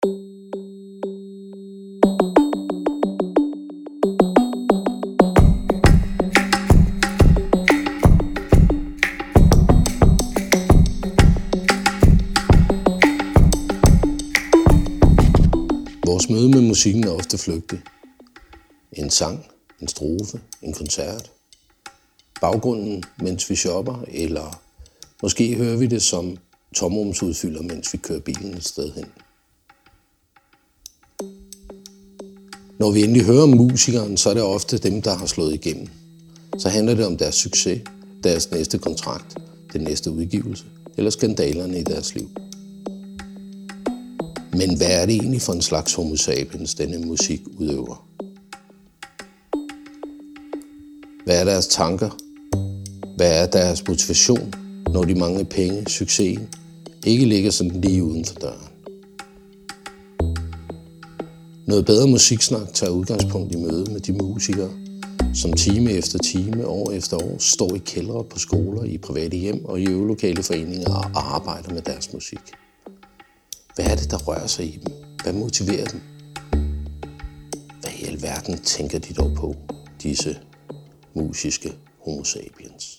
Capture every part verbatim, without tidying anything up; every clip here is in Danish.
Vores møde med musikken er ofte flygtig. En sang, en strofe, en koncert. Baggrunden, mens vi shopper, eller måske hører vi det som tomrumsudfylder, mens vi kører bilen et sted hen. Når vi endelig hører om musikeren, så er det ofte dem, der har slået igennem. Så handler det om deres succes, deres næste kontrakt, den næste udgivelse, eller skandalerne i deres liv. Men hvad er det egentlig for en slags homo sapiens, denne musik udøver? Hvad er deres tanker? Hvad er deres motivation, når de mange penge, succesen, ikke ligger sådan lige uden for døren? Noget bedre musiksnak tager udgangspunkt i møde med de musikere, som time efter time, år efter år, står i kældre på skoler, i private hjem og i øvelokale foreninger og arbejder med deres musik. Hvad er det, der rører sig i dem? Hvad motiverer dem? Hvad i alverden tænker de dog på, disse musiske homo sapiens?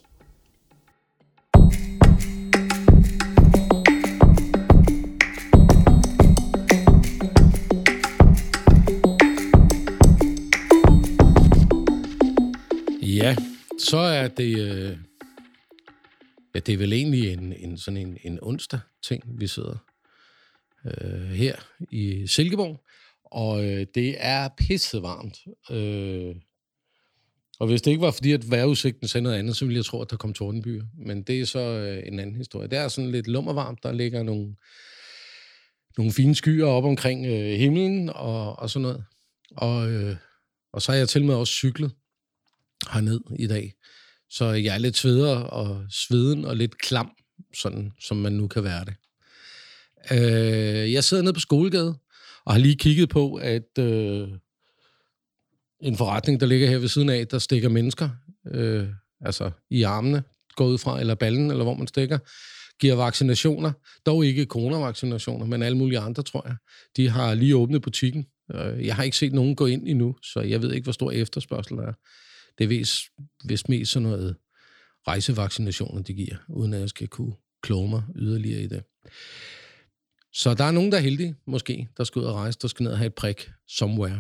Ja, så er det, øh, ja, det er vel egentlig en, en sådan en, en onsdag ting, vi sidder øh, her i Silkeborg, og øh, det er pissevarmt. Øh, og hvis det ikke var fordi, at vejrudsigten sagde noget andet, så ville jeg tro, at der kom tordenbyer. Men det er så øh, en anden historie. Det er sådan lidt lummervarmt, der ligger nogle, nogle fine skyer op omkring øh, himlen og, og sådan noget. Og, øh, og så har jeg til med også cyklet herned i dag. Så jeg er lidt sveder og sveden og lidt klam, sådan som man nu kan være det. Øh, jeg sidder nede på Skolegade og har lige kigget på, at øh, en forretning, der ligger her ved siden af, der stikker mennesker, øh, altså i armene, går ud fra, eller ballen, eller hvor man stikker, giver vaccinationer. Dog ikke coronavaccinationer, men alle mulige andre, tror jeg. De har lige åbnet butikken. Jeg har ikke set nogen gå ind endnu, så jeg ved ikke, hvor stor efterspørgsel der er. Det er vist, vist mest sådan noget rejsevaccinationer, de giver, uden at jeg skal kunne kloge mig yderligere i det. Så der er nogen, der er heldige, måske, der skal ud og rejse, der skal ned og have et prik somewhere.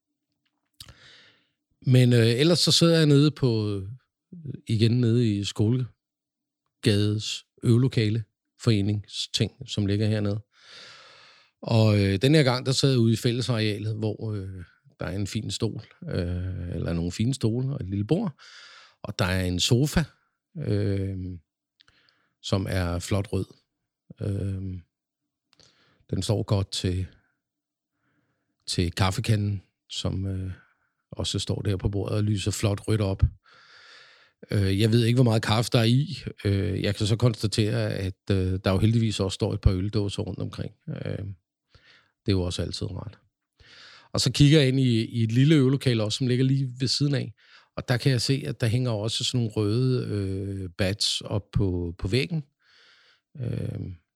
Men øh, ellers så sidder jeg nede på, igen nede i Skolegades øvelokale foreningsting, som ligger hernede. Og øh, den her gang, der sad jeg ude i fællesarealet, hvor øh, der er en fin stol, øh, eller nogle fine stole og et lille bord, og der er en sofa, øh, som er flot rød. Øh, den står godt til, til kaffekanden, som øh, også står der på bordet og lyser flot rødt op. Øh, jeg ved ikke, hvor meget kaffe der er i. Øh, jeg kan så konstatere, at øh, der jo heldigvis også står et par øldåser rundt omkring. Øh, det er jo også altid rart. Og så kigger jeg ind i, i et lille øvelokale også, som ligger lige ved siden af. Og der kan jeg se, at der hænger også sådan nogle røde øh, bats op på, på væggen, øh,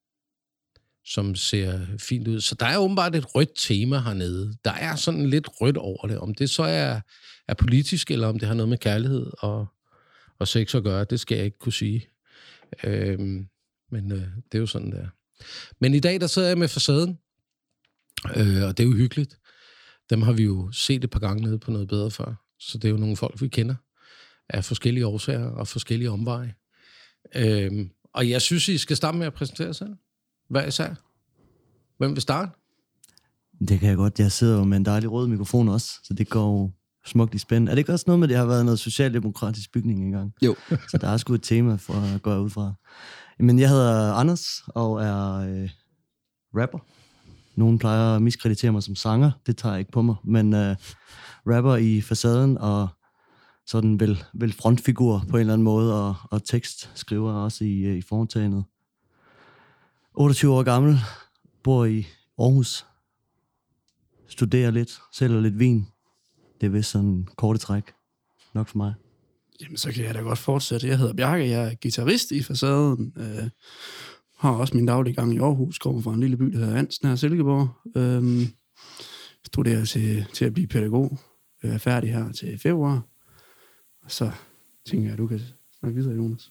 som ser fint ud. Så der er åbenbart et rødt tema hernede. Der er sådan lidt rødt over det. Om det så er, er politisk, eller om det har noget med kærlighed og, og sex at gøre, det skal jeg ikke kunne sige. Øh, men øh, det er jo sådan, der. Men i dag, der sidder jeg med facaden, øh, og det er jo hyggeligt. Dem har vi jo set et par gange nede på Noget Bedre før. Så det er jo nogle folk, vi kender af forskellige årsager og forskellige omveje. Øhm, og jeg synes, I skal starte med at præsentere sig. Hvad især? Hvem vil starte? Det kan jeg godt. Jeg sidder jo med en dejlig rød mikrofon også, så det går jo smukt i spænd. Er det ikke også noget med, det har været noget socialdemokratisk bygning engang? Jo. Så der er sgu et tema for at gå ud fra. Men jeg hedder Anders og er øh, rapper. Nogen plejer at miskreditere mig som sanger. Det tager jeg ikke på mig. Men øh, rapper i facaden og sådan vel, vel frontfigur på en eller anden måde, og, og tekstskriver også i, i foretagendet. otteogtyve år gammel, bor i Aarhus, studerer lidt, sælger lidt vin. Det er vist sådan korte træk nok for mig. Jamen, så kan jeg da godt fortsætte. Jeg hedder Bjarke, jeg er guitarist i facaden. Øh, har også min daglige gang i Aarhus, kommer fra en lille by, der hedder Ansen her, Silkeborg. Øhm, studerer til, til at blive pædagog. Jeg er færdig her til februar. Og så tænker jeg, at du kan snakke videre, Jonas.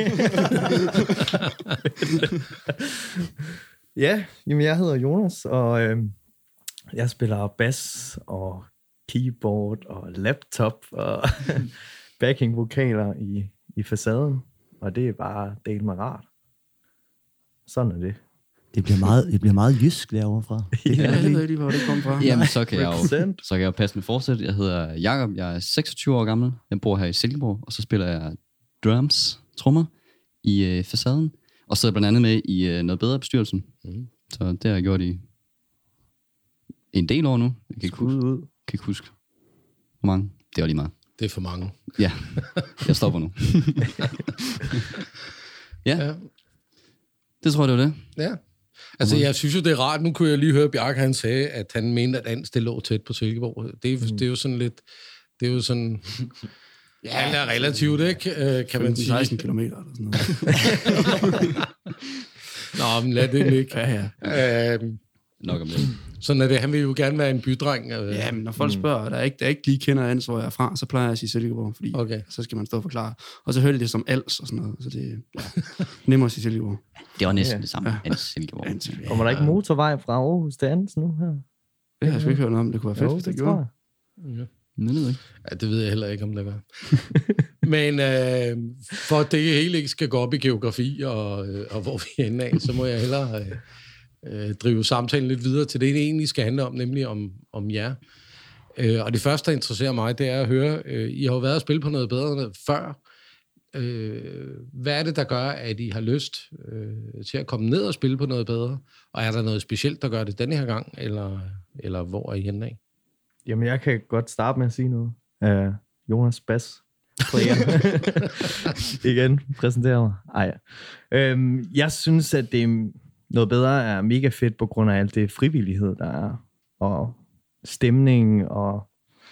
Ja, jamen jeg hedder Jonas, og øh, jeg spiller bass og keyboard og laptop og backing-vokaler i, i facaden, og det er bare delt med rart. Sådan er det. Det bliver meget, det bliver meget jysk derovre fra. Ja, jeg ved ikke, hvor det kom fra. Jamen, så kan, jeg jo, så kan jeg jo passe med fortsæt. Jeg hedder Jakob, jeg er seksogtyve år gammel. Jeg bor her i Silkeborg, og så spiller jeg drums, trommer, i øh, facaden. Og så er jeg blandt andet med i øh, Noget Bedre bestyrelsen. Mm. Så det har jeg gjort i en del år nu. Jeg kan ikke huske, ud. kan ikke huske hvor mange. Det var lige meget. Det er for mange. Ja, jeg stopper nu. ja. ja, det tror jeg, det var det. Ja. Altså, jeg synes jo, det er rart. Nu kunne jeg lige høre, Bjarke, han sagde, at han mente, at Ans, det lå tæt på Silkeborg. Det er, mm. det er jo sådan lidt... Det er jo sådan... Ja, det er relativt, ikke? Kan man sige. seksten kilometer eller sådan noget. Nå, men lad det ligge. Ja, ja. Øhm, Nok om det. Sådan er det. Han vil jo gerne være en bydreng. Øh. Ja, men når folk spørger, der ikke, der ikke lige kender Ans, hvor jeg er fra, så plejer jeg at sige Silkeborg, fordi okay. så skal man stå og forklare. Og så hører de det som Als og sådan noget, så det er ja, nemmere at sige Silkeborg. Det var næsten ja. det samme. Ja. Ans, Silkeborg. Ans, ja. Kommer der ikke motorvej fra Aarhus til Ans nu her? Det har jeg sgu ikke hørt noget om. Det kunne være fedt, jo, hvis det, det gjorde. Ja. Det ved jeg ikke. Ja, det ved jeg heller ikke, om det gør. Men øh, for at det hele ikke skal gå op i geografi og, øh, og hvor vi ender af, så må jeg hellere øh, øh, drive samtalen lidt videre til det, det egentlig skal handle om, nemlig om, om jer. Øh, og det første, der interesserer mig, det er at høre, øh, I har jo været og spille på Noget Bedre før. Øh, hvad er det, der gør, at I har lyst øh, til at komme ned og spille på Noget Bedre? Og er der noget specielt, der gør det denne her gang, eller, eller hvor er I henne af? Jamen, jeg kan godt starte med at sige noget. Uh, Jonas Bass. Igen, præsenterer mig. Ej, ja. um, jeg synes, at det er Noget Bedre er mega fedt på grund af alt det frivillighed, der er. Og stemning, og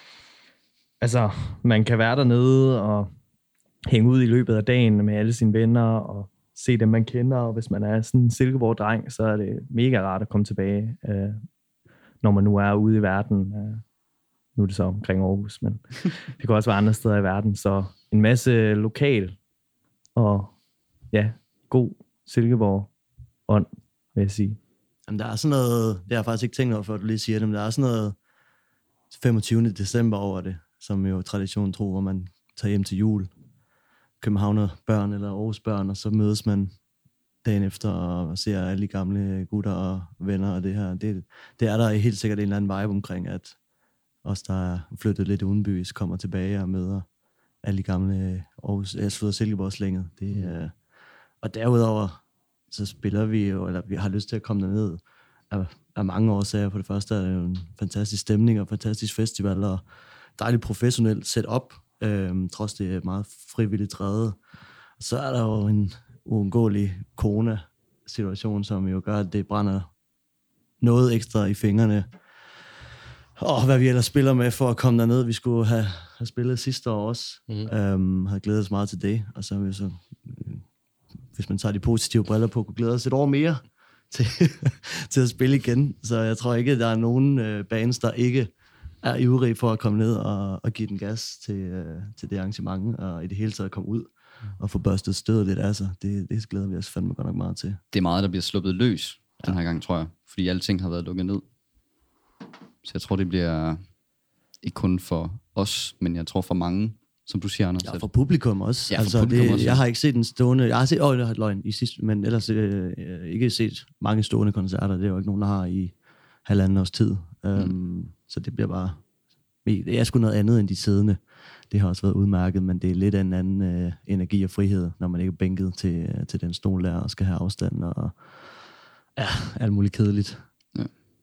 altså, man kan være dernede og hænge ud i løbet af dagen med alle sine venner og se dem, man kender. Og hvis man er sådan en Silkeborg-dreng, så er det mega rart at komme tilbage, uh, når man nu er ude i verden. Uh, Nu er det så omkring Aarhus, men det kan også være andre steder i verden. Så en masse lokal og ja, god Silkeborg-ånd, vil jeg sige. Jamen, der er sådan noget, det har jeg faktisk ikke tænkt over, før du lige siger det, men der er sådan noget femogtyvende december over det, som jo traditionen tro, hvor man tager hjem til jul. Københavner børn eller Aarhus børn, og så mødes man dagen efter og ser alle de gamle gutter og venner og det her. Det, det er der helt sikkert en eller anden vibe omkring, at os, der er flyttet lidt udenbys, kommer tilbage og møder alle de gamle Aarhus, Esflod og Silkeborg-slænget. Det, øh, og derudover, så spiller vi jo, eller vi har lyst til at komme derned af, af mange årsager. For det første er det jo en fantastisk stemning og fantastisk festival og dejligt professionelt setup, øh, trods det er meget frivilligt drevet. Og så er der jo en uundgåelig corona-situation, som jo gør, at det brænder noget ekstra i fingrene. Og hvad vi ellers spiller med for at komme derned. Vi skulle have, have spillet sidste år også. Mm. Øhm, havde glædet os meget til det. Og så har vi så, hvis man tager de positive briller på, kunne glæde os et år mere til, til at spille igen. Så jeg tror ikke, at der er nogen øh, bands, der ikke er ivrige for at komme ned og, og give den gas til, øh, til det arrangement. Og i det hele taget komme ud og få børstet stødet lidt af sig. Det, det glæder vi os fandme godt nok meget til. Det er meget, der bliver sluppet løs den her gang, tror jeg. Fordi alting har været lukket ned. Så jeg tror, det bliver ikke kun for os, men jeg tror for mange, som du siger, Anders. Ja, for publikum også. Ja, for altså, publikum det, også. Jeg har ikke set en stående... Jeg har set... Åh, oh, jeg har løgn i sidste... Men ellers øh, ikke set mange stående koncerter. Det er jo ikke nogen, der har i halvanden års tid. Mm. Um, så det bliver bare... Det er sgu noget andet end de siddende. Det har også været udmærket, men det er lidt en anden øh, energi og frihed, når man ikke er bænket til, til den stol der og skal have afstand og ja, alt muligt kedeligt. Ja.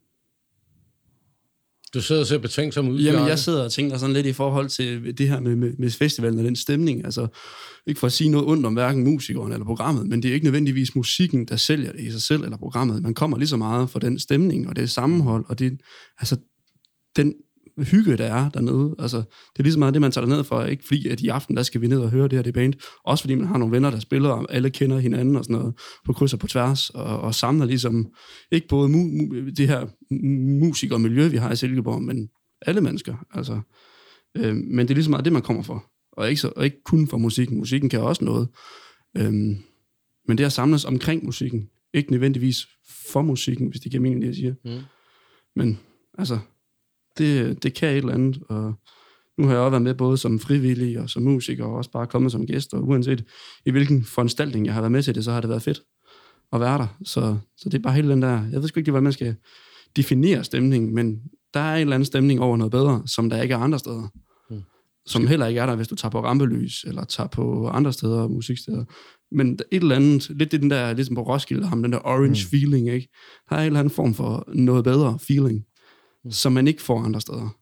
Du sidder og ser betænksom ud. Jamen, jeg sidder og tænker sådan lidt i forhold til det her med, med, med festivalen og den stemning. Altså, ikke for at sige noget ondt om hverken musikeren eller programmet, men det er ikke nødvendigvis musikken, der sælger det i sig selv eller programmet. Man kommer lige så meget for den stemning og det sammenhold, og det, altså, den hygge, der er dernede. Altså, det er lige så meget det, man tager derned for, ikke fordi, at i aften, der skal vi ned og høre det her, det band. Også fordi man har nogle venner, der spiller, og alle kender hinanden og sådan noget, på kryds og på tværs, og, og samler ligesom, ikke både mu- mu- det her musik og miljø, vi har i Silkeborg, men alle mennesker, altså. Øh, men det er lige så meget det, man kommer for, og ikke, så, og ikke kun for musikken. Musikken kan også noget. Øh, men det at samles omkring musikken, ikke nødvendigvis for musikken, hvis det giver mening, det jeg siger. Mm. Men altså, det, det kan et eller andet, og nu har jeg også været med både som frivillig og som musiker, og også bare kommet som gæst, og uanset i hvilken foranstaltning jeg har været med til det, så har det været fedt at være der. Så, så det er bare hele den der, jeg ved sgu ikke, hvordan man skal definere stemningen, men der er en eller anden stemning over noget bedre, som der ikke er andre steder. Mm. Som heller ikke er der, hvis du tager på Rampelys, eller tager på andre steder, musiksteder. Men et eller andet, lidt det den der, ligesom på Roskilde, ham den der orange mm. feeling, ikke? Der er en eller anden form for noget bedre feeling, mm. som man ikke får andre steder.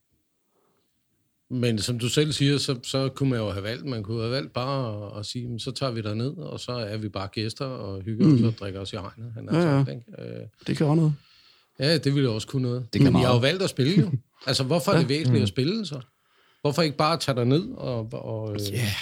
Men som du selv siger, så, så kunne man jo have valgt, man kunne have valgt bare at, at sige, men så tager vi der ned, og så er vi bare gæster og hygger mm. os og drikker os i regnet. Han er ja, ja. Sagt, ikke? Øh, det kan også noget. Ja, det ville også kunne noget. Det kan men meget. jeg har jo valgt at spille jo. Altså, hvorfor er det ja. væsentligt mm. at spille så? Hvorfor ikke bare tage dig ned og, og, øh, yeah.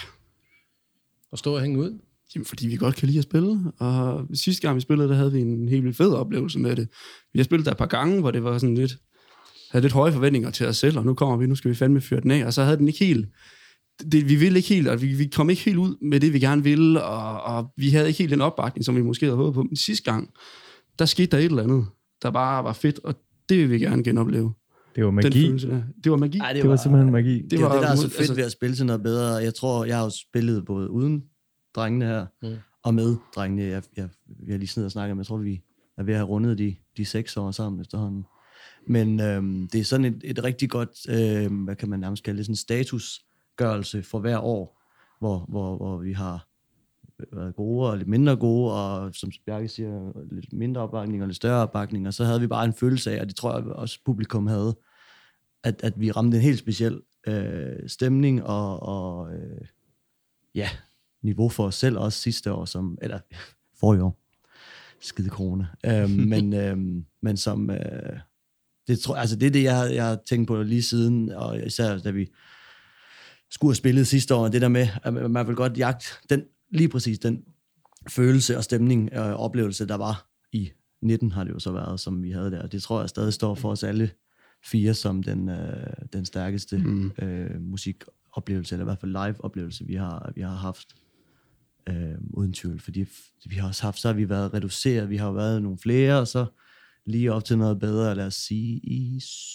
og stå og hænge ud? Jamen, fordi vi godt kan lide at spille, og sidste gang vi spillede, der havde vi en helt vildt fed oplevelse med det. Vi har spillet der et par gange, hvor det var sådan lidt, havde lidt høje forventninger til os selv, og nu kommer vi, nu skal vi fandme fyre den af, og så havde den ikke helt, det, vi ville ikke helt, og vi, vi kom ikke helt ud med det, vi gerne ville, og, og vi havde ikke helt den opbakning, som vi måske havde håbet på. Men sidste gang, der skete der et eller andet, der bare var fedt, og det vil vi gerne genopleve. Det var magi. Den der. Det var magi. Ej, det, var, det var simpelthen magi. Det, det var det, der er så fedt altså, ved at spille til noget bedre. Jeg tror, jeg har jo spillet både uden drengene her, mm. og med drengene. Jeg, jeg, vi har lige siddet og snakket, men jeg tror, vi er ved at have rundet de, de seks år sammen efterhånden. Men øhm, det er sådan et, et rigtig godt, øhm, hvad kan man nærmest kalde det, sådan en statusgørelse for hver år, hvor, hvor, hvor vi har været gode og lidt mindre gode, og som Bjarke siger, lidt mindre opbakning og lidt større opbakning, og så havde vi bare en følelse af, og det tror jeg også publikum havde, at, at vi ramte en helt speciel øh, stemning og, og øh, ja, niveau for os selv også sidste år, som, eller forrige år, skide corona, øh, men, øh, men som, øh, det, tror, altså det er det, jeg, jeg har tænkt på lige siden, og især da vi skulle have spillet sidste år, det der med, at man vil godt jagte den, lige præcis den følelse og stemning og oplevelse, der var i nitten, har det jo så været, som vi havde der. Det tror jeg stadig står for os alle fire som den, øh, den stærkeste mm. øh, musikoplevelse, eller i hvert fald live-oplevelse, vi har, vi har haft. Øh, uden tvivl, fordi vi har også haft, så har vi været reduceret, vi har jo været nogle flere, og så lige op til noget bedre, lad os sige i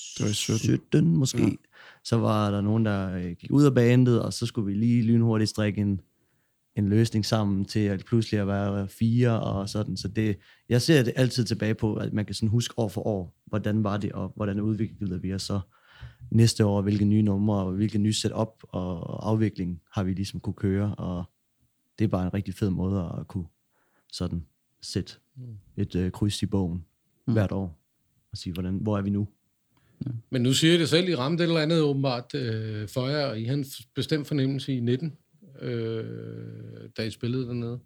sytten måske, ja. Så var der nogen, der gik ud af bandet, og så skulle vi lige lynhurtigt strikke en, en løsning sammen til at pludselig at være fire og sådan, så det, jeg ser det altid tilbage på, at man kan sådan huske år for år, hvordan var det, og hvordan udviklede vi os så næste år, hvilke nye numre, og hvilke nye setup og afvikling har vi ligesom kunne køre, og det er bare en rigtig fed måde at kunne sådan sætte et øh, kryds i bogen mm. hvert år og sige, hvordan, hvor er vi nu? Ja. Men nu siger jeg det selv, I ramte et eller andet åbenbart øh, for jer, og I havde en bestemt fornemmelse i nitten, øh, da I spillede dernede.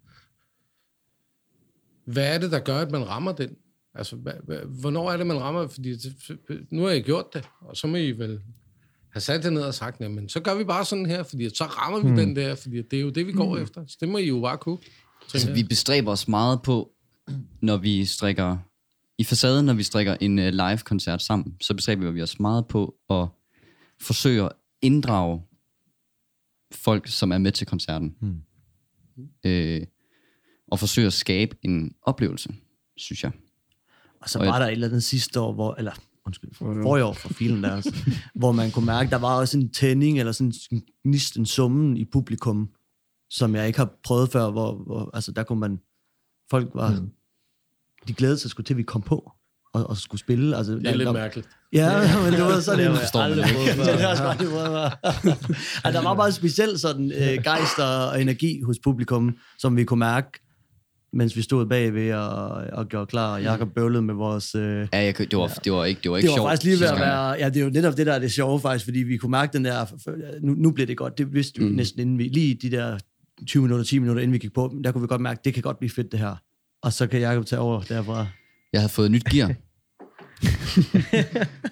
Hvad er det, der gør, at man rammer den? Altså, hvad, hvad, hvornår er det, man rammer? Fordi nu har I gjort det, og så må I vel have sat det ned og sagt, men så gør vi bare sådan her, fordi så rammer vi mm. den der, fordi det er jo det, vi går mm. efter. Så det må I jo bare kunne. Altså, vi bestræber os meget på, når vi strikker i facaden, når vi strikker en uh, live-koncert sammen, så bestræber vi os meget på at forsøge at inddrage folk, som er med til koncerten. Mm. Øh, og forsøge at skabe en oplevelse, synes jeg. Og så og var jeg... der et eller andet sidste år, hvor, eller undskyld, forrige år fra filen der, altså, hvor man kunne mærke, der var også en tænding, eller sådan en gnist, en summen i publikum, som jeg ikke har prøvet før, hvor, hvor altså der kunne man, folk var, mm. de glædede sig sgu til, at vi kom på, og, og skulle spille. Altså, det er der, lidt der, mærkeligt. Ja, men det var sådan en... Jeg forstår aldrig det. Det er også godt, det var. Altså, der var meget specielt sådan øh, gejst og energi hos publikum, som vi kunne mærke, mens vi stod bagved og, og gjorde klar, og Jakob bøvlede med vores... Øh, ja, jeg, det, var, det var ikke, det var ikke det var sjovt. Faktisk lige ved at være, ja, det er jo netop det, der er det sjove faktisk, fordi vi kunne mærke den der... Nu, nu bliver det godt. Det vidste vi mm. næsten inden vi... Lige de der tyve minutter, ti minutter, inden vi gik på, der kunne vi godt mærke, det kan godt blive fedt, det her. Og så kan Jakob tage over derfra. Jeg havde fået nyt gear. øh,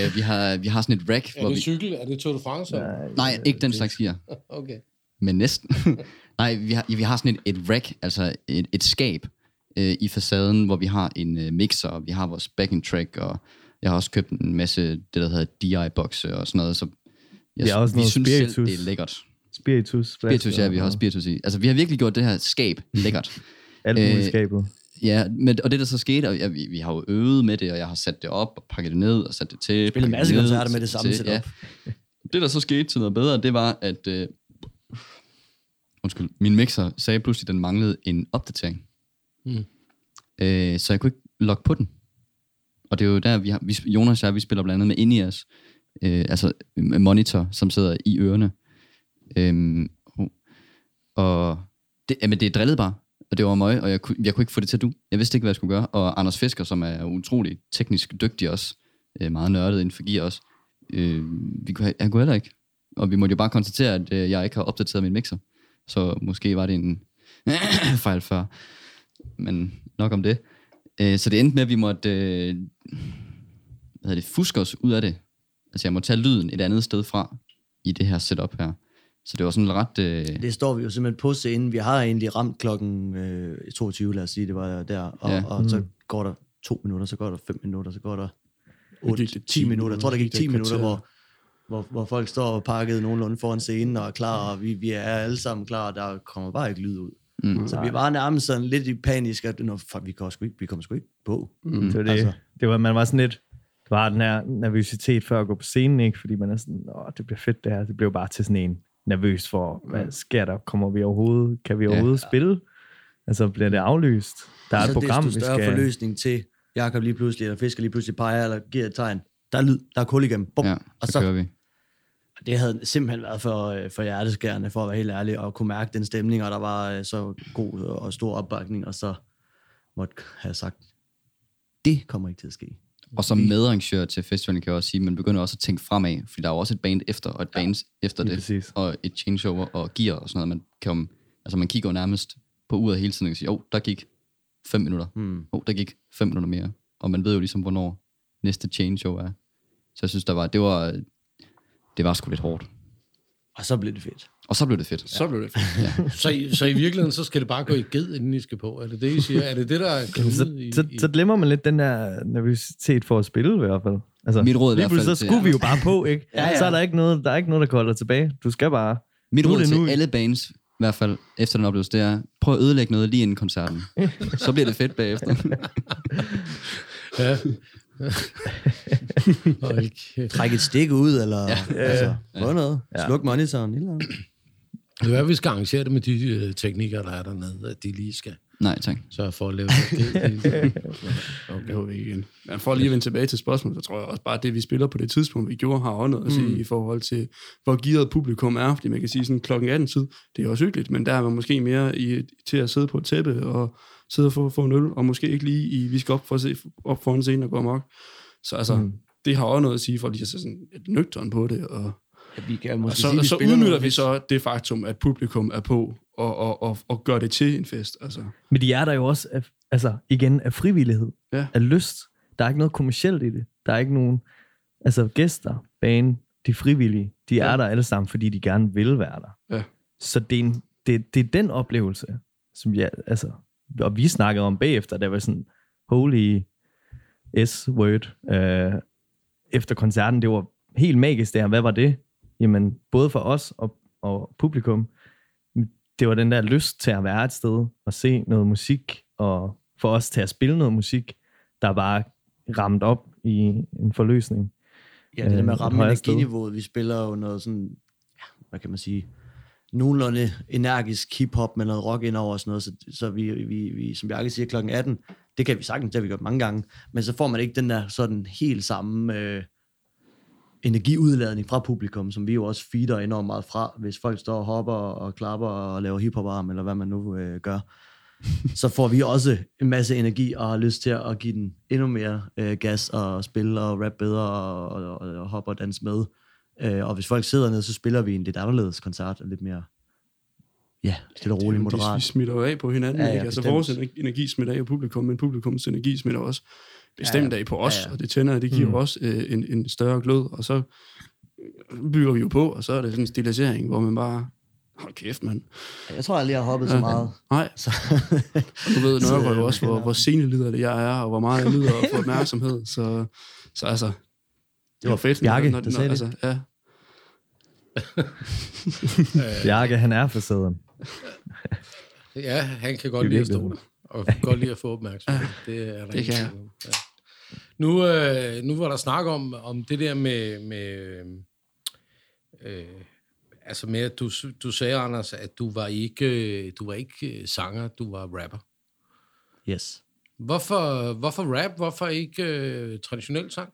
øh, vi, har, vi har sådan et rack. Er hvor det vi... cykel? Er det Tour de France? Nej, Nej, ikke den slags gear. Okay. Men næsten. Nej, vi har, vi har sådan et, et rack, altså et, et skab øh, i facaden, hvor vi har en øh, mixer, og vi har vores backing track, og jeg har også købt en masse, det der hedder D I-bokse og sådan noget, så jeg, Vi har også vi noget synes spiritus. selv, det er lækkert. Spiritus. Spiritus, ja, vi har også spiritus i. Altså, vi har virkelig gjort det her skab lækkert. Alt muligt Øh, i skabet. Ja, men, og det der så skete, og ja, vi, vi har jo øvet med det, og jeg har sat det op og pakket det ned og sat det til. Spillet en masse pakket ned, koncerter med det sat samme til, setup. Ja. Det der så skete til noget bedre, det var, at øh, undskyld, min mixer sagde pludselig, at den manglede en opdatering. Mm. Øh, så jeg kunne ikke logge på den. Og det er jo der, vi har, vi, Jonas og jeg, vi spiller blandt andet med in-ears, øh, altså monitor, som sidder i ørerne. Øh, og det, jamen, det drillede bare. Og det var mig, og jeg kunne, jeg kunne ikke få det til at du. Jeg vidste ikke, hvad jeg skulle gøre. Og Anders Fisker, som er utrolig teknisk dygtig også, øh, meget nørdet inden for gear også, øh, vi kunne, han kunne heller ikke. Og vi måtte jo bare konstatere, at øh, jeg ikke har opdateret min mixer. Så måske var det en fejl før. Men nok om det. Øh, så det endte med, at vi måtte øh, hvad hedder det, fuske os ud af det. Altså jeg må tage lyden et andet sted fra i det her setup her. Så det var sådan ret... Øh... Det står vi jo simpelthen på scenen. Vi har egentlig ramt klokken øh, toogtyve, lad os sige, det var der. Og, Ja. og så går der to minutter, så går der fem minutter, så går der otte, gik det ti minutter. Jeg tror, der gik det ti er et minutter, kvarter. hvor, hvor, hvor folk står pakket nogenlunde foran scenen og er klar, og vi, vi er alle sammen klar, og der kommer bare ikke lyd ud. Mm. Så vi var nærmest sådan lidt i panisk, at nå, fuck, vi kommer sgu ikke, vi kommer sgu ikke på. Mm. Det var det. Altså. Det var, man var sådan lidt... Det var den her nervøsitet før at gå på scenen, ikke? Fordi man er sådan, åh, det bliver fedt det her. Det blev bare til sådan en nervøs for, hvad sker der? Kommer vi overhovedet? Kan vi overhovedet ja. spille? Altså, bliver det aflyst? Der er så et program, vi desto større skal... forløsning til, Jakob lige pludselig, eller Fisker lige pludselig peger, eller giver et tegn. Der er lyd, der er kul igennem. Bum. Ja, og så, så kører vi. det havde simpelthen været for, for hjerteskærende, for at være helt ærlig, og kunne mærke den stemning, og der var øh, så god og stor opbakning, og så måtte have sagt, det kommer ikke til at ske. Og som medarrangør til festivalen kan jeg også sige, at man begynder også at tænke fremad, fordi der er jo også et band efter, og et band ja, efter det, præcis. og et changeover og gear og sådan noget. Man, kan, altså man kigger jo nærmest på uret hele tiden og siger, åh, oh, der gik fem minutter. Åh, Hmm. oh, der gik fem minutter mere. Og man ved jo ligesom, hvornår næste changeover er. Så jeg synes, der var, det var, det var sgu lidt hårdt. Og så blev det fedt. Og så blev det fedt. Så blev det fedt. Ja. Så, i, så i virkeligheden, så skal det bare gå i ged, inden I skal på. Er det det, I siger? Er det det, der er Jamen, så, kludet i, så, i... så glemmer man lidt den der nervøsitet for at spille i hvert fald. Altså, Mit råd i lige hvert fald pludselig, så til- skulle vi jo bare på, ikke? Ja, ja. Så er der ikke noget, der er ikke noget, der kolder tilbage. Du skal bare... Mit Nu er råd det til nu. alle bands, i hvert fald efter den oplevelse, det er, prøv at ødelægge noget lige inden koncerten. Så bliver det fedt bagefter. Ja. Hold kæft. Træk et stik ud, eller Ja. ja. altså, Ja. få noget. Ja. Sluk monitoren. Eller andet. Det er, at vi skal arrangere det med de uh, teknikere, der er dernede, at de lige skal Nej, tak. sørge for at lave det. Okay. Det håber vi ikke igen. Men for lige at vende tilbage til spørgsmålet, så tror jeg også bare, at det, vi spiller på det tidspunkt, vi gjorde, har også noget at sige mm. i forhold til, hvor gearet publikum er. Fordi man kan sige sådan klokken atten tid, det er også hyggeligt, men der er man måske mere i, til at sidde på et tæppe og sidde og få, få en øl, og måske ikke lige i, vi skal op, for at se, op foran scenen og gå amok. Så altså, mm. det har også noget at sige, for lige at se sådan et nøgteren på det. Og, Ja, vi kan og måske så, sige, og vi så spiller udnytter noget vi fedt. så det faktum, at publikum er på, og, og, og, og gør det til en fest. Altså. Men de er der jo også, af, altså igen, af frivillighed, Ja. af lyst. Der er ikke noget kommercielt i det. Der er ikke nogen, altså gæster, bane, de frivillige, de er Ja. der alle sammen, fordi de gerne vil være der. Ja. Så det er, en, det, det er den oplevelse, som jeg, altså, og vi snakkede om bagefter, der var sådan, holy S-word, øh, efter koncerten, det var helt magisk der. Hvad var det? Jamen, både for os og, og publikum, det var den der lyst til at være et sted og se noget musik, og for os til at spille noget musik, der bare ramt op i en forløsning. Ja, det der med at øh, ramme et højere sted. energiniveauet. Vi spiller jo noget sådan, ja, hvad kan man sige, nogenlunde energisk hip-hop med noget rock ind over og sådan noget, så, så vi, vi, vi, som Bjarke siger, klokken atten, det kan vi sagtens, det har vi gjort mange gange, men så får man ikke den der sådan helt samme øh, energiudladning fra publikum, som vi jo også feeder enormt meget fra, hvis folk står og hopper og klapper og laver hip-hop-arm, eller hvad man nu øh, gør. Så får vi også en masse energi og har lyst til at give den endnu mere øh, gas og spille og rap bedre og, og, og, og hoppe og danse med. Øh, og hvis folk sidder ned, så spiller vi en lidt anderledes koncert, og lidt mere, ja, stille og roligt, Det, vi moderat. smitter jo af på hinanden. Ja, Ja, ja, ikke? Altså bestemt. vores energi, energi smitter af på publikum, men publikums energi smitter også bestemt ja, ja. af på os, ja, ja. og det tænder, det giver Mm. også øh, en, en større glød, og så bygger vi jo på, og så er det sådan en stilisering, hvor man bare, hold kæft, mand. Jeg tror aldrig, jeg har hoppet så meget. Nej, Så, og du ved, Nørgaard jo også, hvor, kender- hvor senelider det jeg er, og hvor meget jeg lider at få opmærksomhed, så, så altså, det var fedt. Bjarke, når, der sagde altså, ja. Bjarke, han er for sæden. Ja, han kan godt Det er lide at stå virkelig. der, og godt lide at få opmærksomhed. Det er der Det ingen kan jeg. tvivl om. Ja. Nu, øh, nu var der snak om, om det der med, med øh, altså med, at du, du sagde, Anders, at du var ikke, du var ikke sanger, du var rapper. yes. Hvorfor, hvorfor rap? Hvorfor ikke øh, traditionel sang?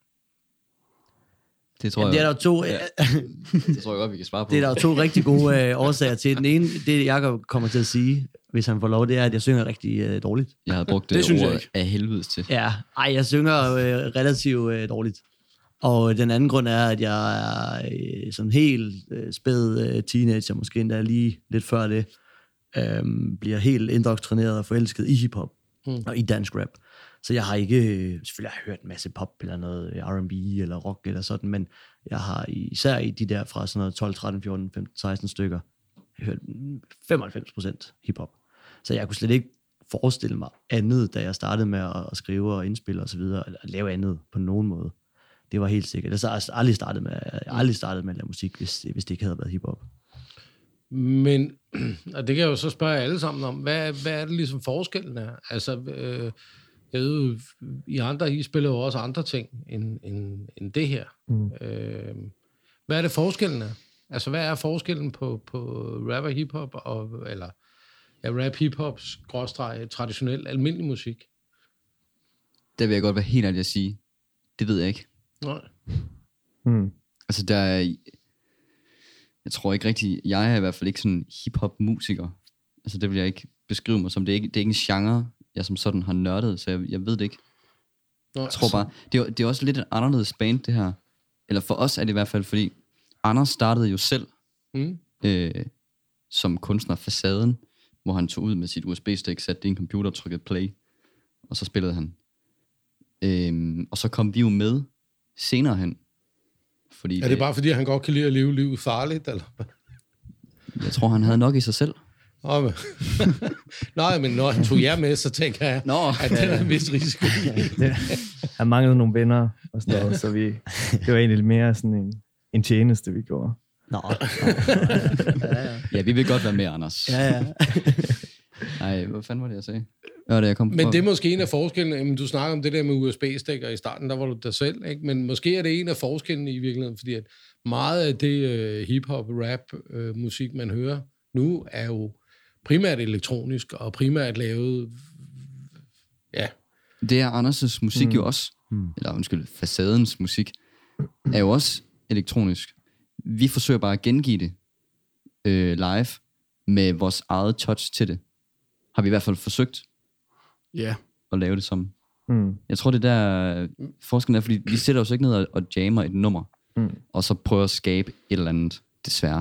Det tror Jamen, det er der jeg, jo to, Ja. det tror jeg godt, vi kan svare på. det er der jo to rigtig gode øh, årsager til. Den ene, det Jacob kommer til at sige, hvis han får lov, det er, at jeg synger rigtig øh, dårligt. Jeg havde brugt Det det, synes det jeg ord ikke. af helvedes til. Ja, ej, jeg synger øh, relativt øh, dårligt. Og den anden grund er, at jeg er øh, sådan helt øh, spæd øh, teenager, måske endda lige lidt før det, øh, bliver helt indoktrineret og forelsket i hiphop Mm. og i dansk rap. Så jeg har ikke, øh, selvfølgelig har jeg hørt en masse pop eller noget R and B eller rock eller sådan, men jeg har især i de der fra sådan noget tolv, tretten, fjorten, femten, seksten stykker, jeg har hørt femoghalvfems procent hiphop. Så jeg kunne slet ikke forestille mig andet, da jeg startede med at, at skrive og indspille og så videre, eller at lave andet på nogen måde. Det var helt sikkert. Jeg har aldrig startet med, jeg har aldrig startet med at lave musik, hvis, hvis det ikke havde været hiphop. Men, og det kan jeg jo så spørge jer alle sammen om, hvad, hvad er det ligesom forskellen er? Altså, øh, jeg ved jo, I andre, I spiller jo også andre ting end, end, end det her. Mm. Øh, hvad er det forskellen er? Altså, hvad er forskellen på, på rap og hiphop, og, eller ja, rap, hiphop, skråstreg, traditionel, almindelig musik? Der vil jeg godt være helt ærlig at sige, det ved jeg ikke. Nej. Mm. Altså, der er, jeg tror ikke rigtig, jeg er i hvert fald ikke sådan hip-hop-musiker. Altså, det vil jeg ikke beskrive mig som. Det er ikke, det er ikke en genre, jeg som sådan har nørdet, så jeg, jeg ved det ikke. Nej. Jeg tror bare, det er, det er også lidt et anderledes band, det her. Eller for os er det i hvert fald, fordi Anders startede jo selv Mm. øh, som kunstner Facaden, hvor han tog ud med sit U S B-stik, satte det i en computer, trykkede play, og så spillede han. Øhm, og så kom vi jo med senere hen. Fordi Er det bare fordi, han godt kan lide at leve livet farligt, eller? Jeg tror, han havde nok i sig selv. Nå, men, nej, men når han tog jer med, så tænker jeg, Nå, at det er en vis risiko. Det, han manglede nogle venner og sådan noget, så vi, det var egentlig mere sådan en, en tjeneste, vi gjorde. Nå. ja, ja. ja, vi vil godt være med, Anders. ja, ja. Nej, hvad fanden var det, jeg sagde? Hvad var det, jeg kom på? Men det er måske en af forskellene. Jamen, du snakker om det der med U S B-stikker i starten, der var du der selv, ikke? Men måske er det en af forskellene i virkeligheden, fordi at meget af det uh, hip-hop, rap, uh, musik, man hører nu, er jo primært elektronisk, og primært lavet, ja. Det er Anders' musik mm. jo også, Mm. eller undskyld, Facadens musik, er jo også elektronisk. Vi forsøger bare at gengive det øh, live med vores eget touch til det. Har vi i hvert fald forsøgt Ja, at lave det som. Mm. Jeg tror, det der forskellen er, fordi vi sætter os ikke ned og, og jammer et nummer, Mm. og så prøver at skabe et eller andet, desværre.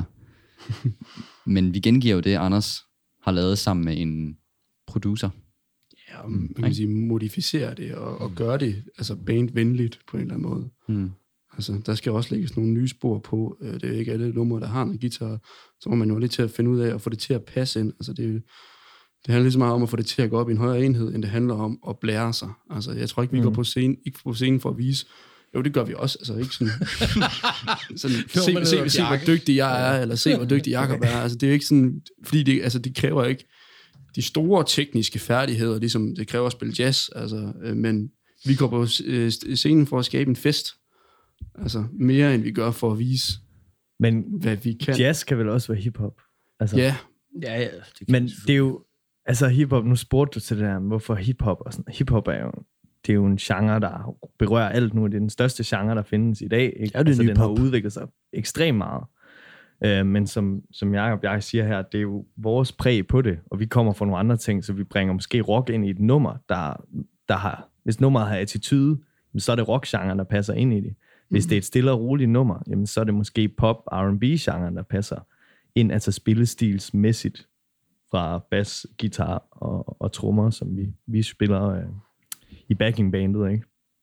Men vi gengiver jo det, Anders har lavet sammen med en producer. ja og man kan sige, modificere det og, og gøre det altså bandvenligt på en eller anden måde. Mm. Altså, der skal også lægges nogle nye spor på. Det er ikke alle numre, der har en guitar. Så må man jo lidt til at finde ud af at få det til at passe ind. Altså, det, det handler lige så meget om at få det til at gå op i en højere enhed, end det handler om at blære sig. Altså, jeg tror ikke, vi mm. går på scenen, ikke på scenen for at vise. Jo, det gør vi også. Altså, ikke sådan... sådan se, se, se, se, hvor dygtig jeg er, eller se, hvor dygtig Jacob er. Altså, det er jo ikke sådan... Fordi det, altså, det kræver ikke de store tekniske færdigheder, ligesom det kræver at spille jazz. Altså, øh, men vi går på øh, scenen for at skabe en fest. Altså, mere end vi gør for at vise, Men hvad vi kan. jazz kan vel også være hiphop? Altså, Ja, ja, ja. Det men det er jo, altså hiphop, nu spurgte du til det der, hvorfor hiphop og sådan. Hiphop er jo, det er jo en genre, der berører alt nu. Det er den største genre, der findes i dag. Ikke? Ja, det er altså, ny den har pop. udviklet sig ekstremt meget. Uh, men som, som Jacob jeg siger her, det er jo vores præg på det, og vi kommer fra nogle andre ting, så vi bringer måske rock ind i et nummer, der, der har, hvis nummeret har attitude, så er det rock-genren, der passer ind i det. Hvis det er et stille og roligt nummer, jamen, så er det måske pop R and B-genren, der passer ind, altså spillestilsmæssigt fra bass, guitar og, og trommer, som vi, vi spiller øh, i backingbandet, ikke?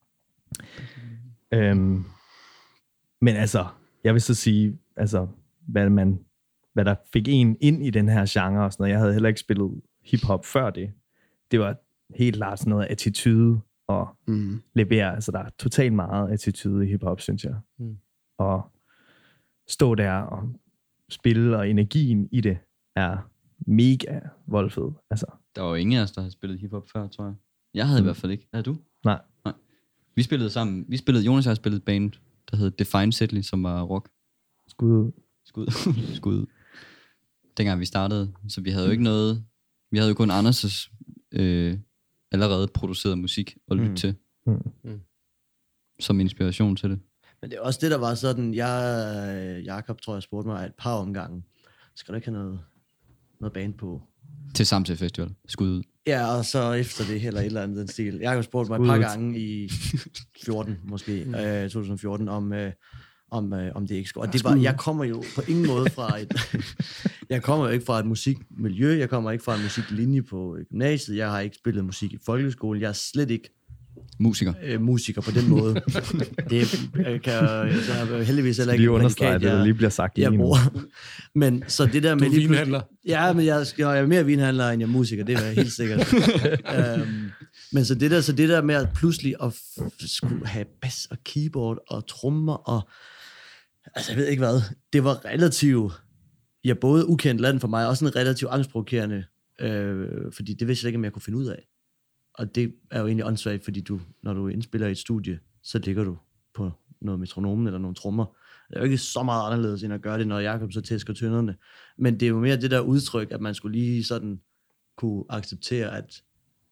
Øhm, men altså, jeg vil så sige, altså, hvad, man, hvad der fik en ind i den her genre og sådan noget. Jeg havde heller ikke spillet hiphop før det. Det var helt klart sådan noget attitude og mm. levere. Altså, der er totalt meget attitude i hiphop, synes jeg. Mm. Og stå der og spille, og energien i det er mega voldfed. Altså. Der var jo ingen af os, der havde spillet hiphop før, tror jeg. Jeg havde mm. i hvert fald ikke. Havde du? Nej. Nej. Vi spillede sammen. Vi spillede, Jonas og jeg spillede et band, der hed Define Sedley, som var rock. Skud. Skud. Skud. Dengang vi startede. Så vi havde jo ikke noget... Vi havde jo kun Anders' øh, allerede produceret musik at lytte mm. til. Mm. Som inspiration til det. Men det er også det, der var sådan... Jeg, Jakob, tror jeg, spurgte mig et par omgange. Skal du ikke have noget, noget band på? Til Samtidig Festival. Skud ud. Ja, og så efter det heller et eller andet den stil. Jeg har spurgt mig et par gange i fjorten måske, mm. øh, to tusind og fjorten, om, øh, om, øh, om det ikke skulle. Og det var, jeg kommer jo på ingen måde fra et... jeg kommer jo ikke fra et musikmiljø, jeg kommer ikke fra en musiklinje på gymnasiet, jeg har ikke spillet musik i folkeskole, jeg er slet ikke musiker, øh, musiker på den måde. Det kan jeg heldigvis heller ikke... Lige understrege det, der lige bliver sagt jeg bruger. Men så det der med... Du er vinhandler. Ja, men jeg, jeg er mere vinhandler, end jeg er musiker, det er helt sikkert. um, men så det, der, så det der med at pludselig at f- skulle have bass og keyboard og trommer og... Altså, jeg ved ikke hvad. Det var relativt... Ja, både ukendt land for mig, og også en relativt angstprovokerende, øh, fordi det vidste jeg ikke, om jeg kunne finde ud af. Og det er jo egentlig åndssvagt, fordi du, når du indspiller i et studie, så ligger du på noget metronomen eller nogle trommer. Det er jo ikke så meget anderledes, end at gøre det, når Jakob så tæsker tønderne. Men det er jo mere det der udtryk, at man skulle lige sådan kunne acceptere, at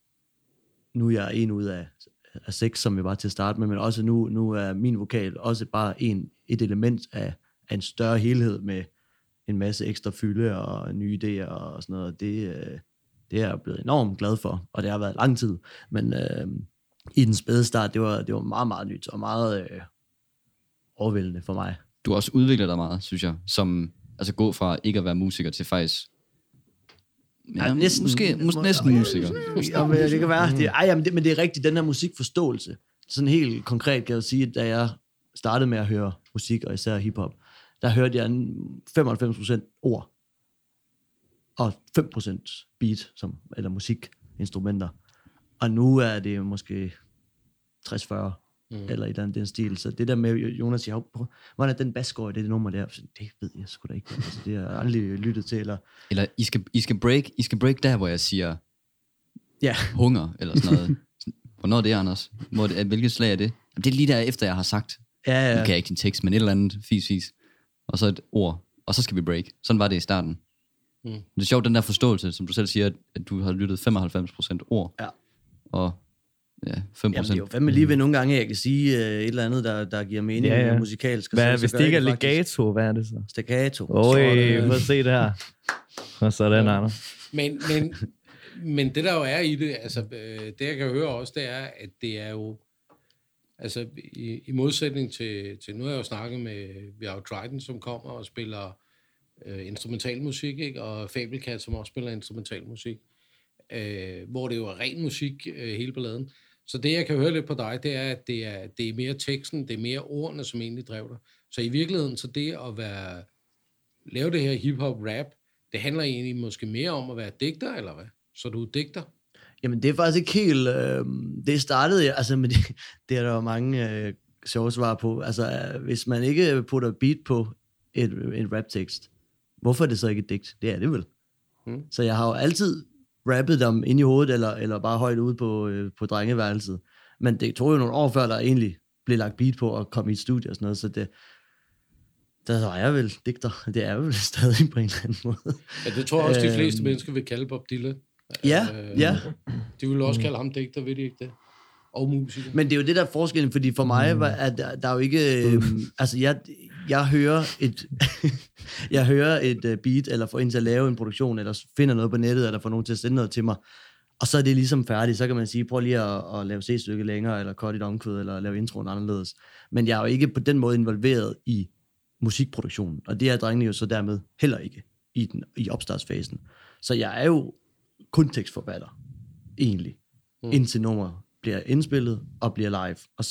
nu er jeg en ud af, af seks, som vi var til at starte med, men også nu, nu er min vokal også bare en, et element af, af en større helhed med en masse ekstra fylde og nye idéer og sådan noget. Det, det er jeg blevet enormt glad for, og det har været lang tid. Men øh, i den spæde start, det var, det var meget, meget nyt og meget øh, overvældende for mig. Du har også udviklet dig meget, synes jeg, som altså gå fra ikke at være musiker til faktisk... Ja, ja, næsten, måske, måske næsten musiker. Ja, men det kan være. Det, ej, jamen det, men det er rigtigt, den her musikforståelse. Sådan helt konkret kan jeg sige, da jeg startede med at høre musik, og især hiphop, der hørte jeg femoghalvfems procent ord, og fem procent beat, som, eller musikinstrumenter. Og nu er det måske tres fyrre, mm. eller i den, den stil. Så det der med, Jonas siger, hvordan er den bass går i det nummer der? Det ved jeg sgu da ikke. Altså, det har jeg aldrig lyttet til. Eller, eller I, skal, I, skal break, I skal break der, hvor jeg siger ja. hunger, eller sådan noget. Hvornår er det, Anders? Hvor det, hvilket slag er det? Det er lige der efter, jeg har sagt. Ja, ja. Nu kan jeg ikke din tekst, men et eller andet fis, fis. Og så et ord, og så skal vi break. Sådan var det i starten. Mm. Det er sjovt, den der forståelse, som du selv siger, at du har lyttet femoghalvfems procent ord, ja. og ja, fem procent. Jamen, det er jo fandme lige ved nogle gange, jeg kan sige uh, et eller andet, der, der giver mening ja, ja. musikalsk. Hvad, så, hvis så det ikke er legato, hvad er det så? Staccato. Oj, prøv at se det her. Og sådan, Anders. Men, men, men det der jo er i det, altså det jeg kan høre også, det er, at det er jo, altså i, i modsætning til, til, nu har jeg jo snakket med, vi har jo Trident, som kommer og spiller øh, instrumental musik, ikke? Og Fabelcat, som også spiller instrumental musik, øh, hvor det jo er ren musik, øh, hele balladen. Så det, jeg kan høre lidt på dig, det er, at det er, det er mere teksten, det er mere ordene, som egentlig drev dig. Så i virkeligheden, så det at være, lave det her hip-hop-rap, det handler egentlig måske mere om at være digter, eller hvad? Så du er digter? Jamen, det er faktisk ikke helt... Øh, det startede jeg... Altså, men det, det er der jo mange øh, sjove svar på. Altså, øh, hvis man ikke putter beat på et, en rap-tekst, hvorfor er det så ikke et digt? Det er det vel. Hmm. Så jeg har jo altid rappet dem ind i hovedet, eller, eller bare højt ude på, øh, på drengeværelset. Men det tog jo nogle år før, der egentlig blev lagt beat på og kom i et studie og sådan noget, så det... Der var jeg vel digter. Det er vel stadig på en eller anden måde. Ja, det tror jeg også, de fleste øhm, mennesker vil kalde Bob Dylan. Ja, øh, ja. De vil også kalde ham digter, ved de ikke det? Og musiker. Men det er jo det, der er forskellen, fordi for mig, var, at der, der er jo ikke... Øh, altså, jeg, jeg hører et, jeg hører et beat, eller får en til at lave en produktion, eller finder noget på nettet, eller får nogen til at sende noget til mig, og så er det ligesom færdigt. Så kan man sige, prøv lige at, at lave C-stykke længere, eller cut et omkvæd, eller lave introen anderledes. Men jeg er jo ikke på den måde involveret i musikproduktionen, og det er drengene jo så dermed heller ikke i, den, i opstartsfasen. Så jeg er jo kun tekstforfatter, egentlig, mm. indtil nummer bliver indspillet og bliver live. Og så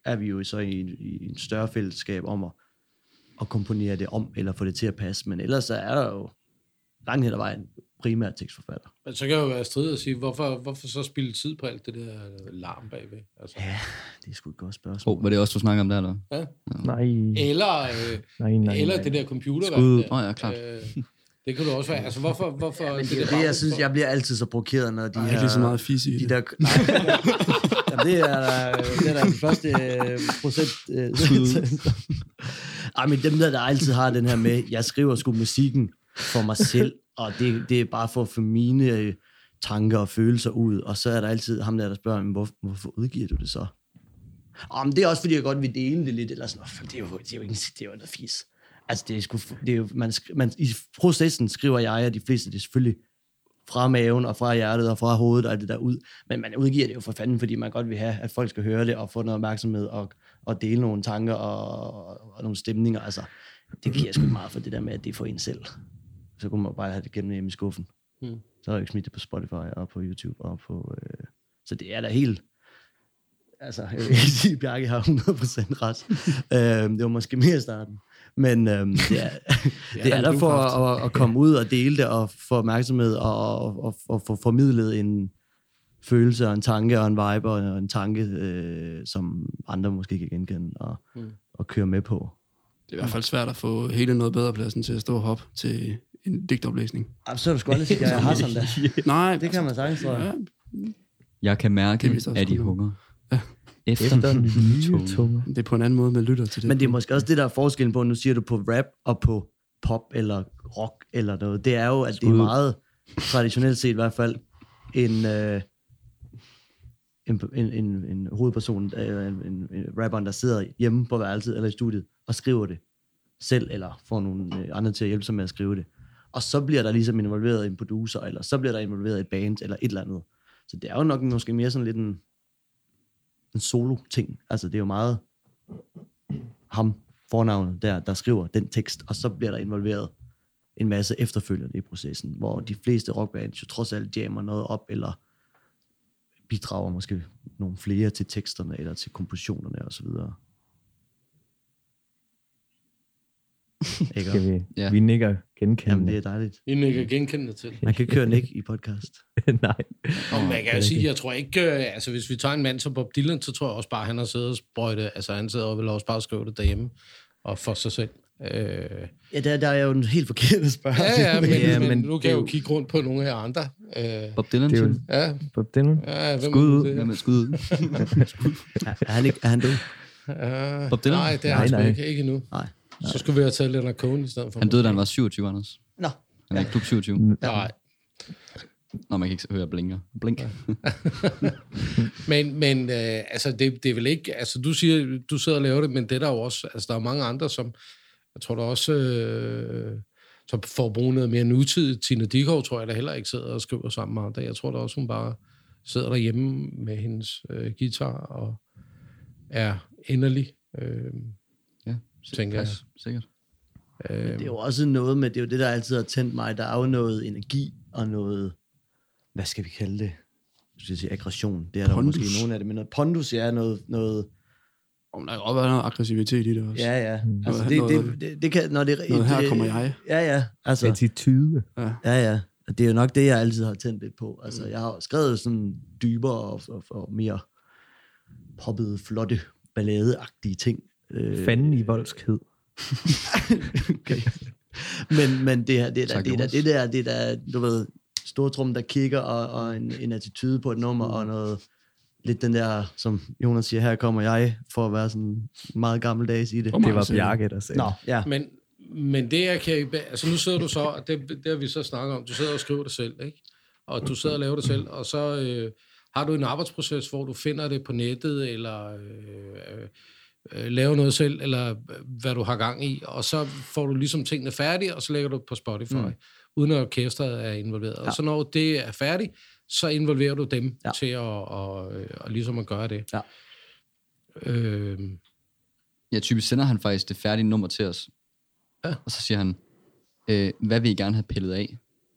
er vi jo så i, i en større fællesskab om at, at komponere det om, eller få det til at passe. Men ellers så er der jo langt hen ad vejen primært tekstforfatter. Men så kan jeg jo være strid at sige, hvorfor, hvorfor så spille tid på alt det der larm bagved? Altså. Ja, det er sgu et godt spørgsmål. Oh, var det også, du snakker om der, eller? Ja. Nej. Eller, øh, nej, nej, eller nej. det der computer. Skud. Der, Åh, ja, klart. Øh, det kan du også være. Altså, hvorfor... hvorfor Ja, men det, det, det, der det jeg synes, jeg bliver altid så provokeret, når de Der er her... ikke lige så meget fis i de det. der, nej, jamen, det er der, det er der den første øh, procent. Øh, Ej, men dem der, der altid har den her med, jeg skriver sgu musikken for mig selv, og det, det er bare for at få mine øh, tanker og følelser ud, og så er der altid ham der, der spørger, men hvor, hvorfor udgiver du det så? Og men det er også, fordi jeg godt vil dele det lidt, eller sådan, oh, det er jo, det er jo, ikke, det er jo noget fis. Altså, det er sgu, det er jo, man, man, i processen skriver jeg, og de fleste, det er selvfølgelig fra maven og fra hjertet og fra hovedet og alt det der ud. Men man udgiver det jo for fanden, fordi man godt vil have, at folk skal høre det og få noget opmærksomhed og, og dele nogle tanker og, og nogle stemninger. Altså, det giver sgu meget for det der med, at det er for en selv. Så kunne man bare have det gennem hjemme i skuffen. Mm. Så har jeg ikke smidt det på Spotify og på YouTube og på... Øh, så det er da helt... Altså, jeg vil ikke sige, at Bjarke har hundrede procent ret. øh, det var måske mere i starten. Men øhm, det er, det er der for at, at komme ud og dele det og få opmærksomhed og, og, og, og få formidlet en følelse og en tanke og en vibe og en tanke, øh, som andre måske kan genkende og, mm. og køre med på. Det er i hvert fald svært at få hele noget bedre pladsen til at stå og hoppe til en digtoplæsning. Jamen, så er du sgu aldrig sige, at jeg har sådan der. Nej, Det kan man sagtens, tror jeg. Jeg kan mærke, Det er at I sgu hunger. Ja. Efter, Efter den nye tunge. tunge. det er på en anden måde, man lytter til det. Men det er måske også det, der er forskellen på, nu siger du på rap og på pop eller rock eller noget. Det er jo, at det er meget, traditionelt set i hvert fald, en, øh, en, en, en, en hovedperson, øh, en, en, en rapper, der sidder hjemme på værelset eller i studiet og skriver det selv, eller får nogle øh, andre til at hjælpe sig med at skrive det. Og så bliver der ligesom involveret en producer, eller så bliver der involveret et band, eller et eller andet. Så det er jo nok måske mere sådan lidt en en solo-ting. Altså, det er jo meget ham, fornavnet der, der skriver den tekst, og så bliver der involveret en masse efterfølgende i processen, hvor de fleste rockbands jo trods alt jammer noget op, eller bidrager måske nogle flere til teksterne, eller til kompositionerne, og så videre. Ikke? Skal vi, Ja. vi nikker genkendende. Jamen, det er dejligt. I nikker genkendende til. Man kan køre Nick i podcast. Nej. Og man kan jo sige, jeg tror ikke, øh, altså hvis vi tager en mand som Bob Dylan, så tror jeg også bare, han har siddet og sprøjtet, altså han sidder og vil også bare skrive det derhjemme, og for sig selv. Øh, Ja, der, der er jo en helt forkert spørgsmål. ja, ja, men, Ja, ja, men, men men nu kan det er jeg jo jo- kigge rundt på nogle af jer andre. Øh, Bob Dylan, Det er jo- siger du? ja, Bob Dylan. ja, hvem Skud er ud. det? Hvem er skud ud? Er han, ikke, er han død? Ja, Bob Dylan? nej, det er Nej, han sgu nej. ikke, ikke endnu. Nej. Så skulle vi have taget Leonard Cohen i stedet for. Han døde, da han var syvogtyve, Anders. Nå. Han er ikke klub syvogtyve. Nej, Nå, man kan ikke høre blinker. Blink. men, men øh, altså, det, det er vel ikke... Altså, du siger, du sidder og laver det, men det er der jo også... Altså, der er mange andre, som... Jeg tror der også... Øh, som får brugt noget mere nutid. Tina Dickow, tror jeg, der heller ikke sidder og skriver sammen med andre. Jeg tror da også, hun bare sidder derhjemme med hendes øh, guitar og er inderlig, øh, Ja, tænker jeg. Sikkert. Øh, Det er jo også noget med, det er jo det, der altid har tændt mig. Der er jo noget energi og noget, hvad skal vi kalde det? Jeg skal sige aggression. Det er der jo Pondus. måske nogen af det, men noget pondus er noget, noget Om der kan godt være noget aggressivitet i det også. ja, ja. Mm. Altså, det, det, det, det kan, når det Noget her det, kommer jeg. Ja, ja. Altså, Attitude. ja, ja. Det er jo nok det, jeg altid har tændt lidt på. Altså, jeg har skrevet sådan dybere og, og, og mere poppede, flotte, balladeagtige ting. Øh, Fanden i voldskhed. okay. men, men det, her, det, er der, Tak, det, er der, Jonas. det der, det der, du ved, stortrum, der kigger, og, og en, en attitude på et nummer, og noget, lidt den der, som Jonas siger, her kommer jeg, for at være sådan meget gammeldags i det. Kom. Det var Altså, Bjarke, der sagde. Nå, ja. Men, men det jeg kan ikke... Altså nu sidder du så, og det, det har vi så snakket om, du sidder og skriver det selv, ikke? Og du sidder og laver det selv, og så øh, har du en arbejdsproces, hvor du finder det på nettet, eller øh, øh, laver noget selv, eller hvad du har gang i, og så får du ligesom tingene færdige, og så lægger du det på Spotify, mm. uden at orkestret er involveret. Ja. Og så når det er færdigt, så involverer du dem Ja. til at, og, og, og ligesom at gøre det. Ja. Øh, Ja, typisk sender han faktisk det færdige nummer til os. Ja. Og så siger han, øh, hvad vil I gerne have pillet af?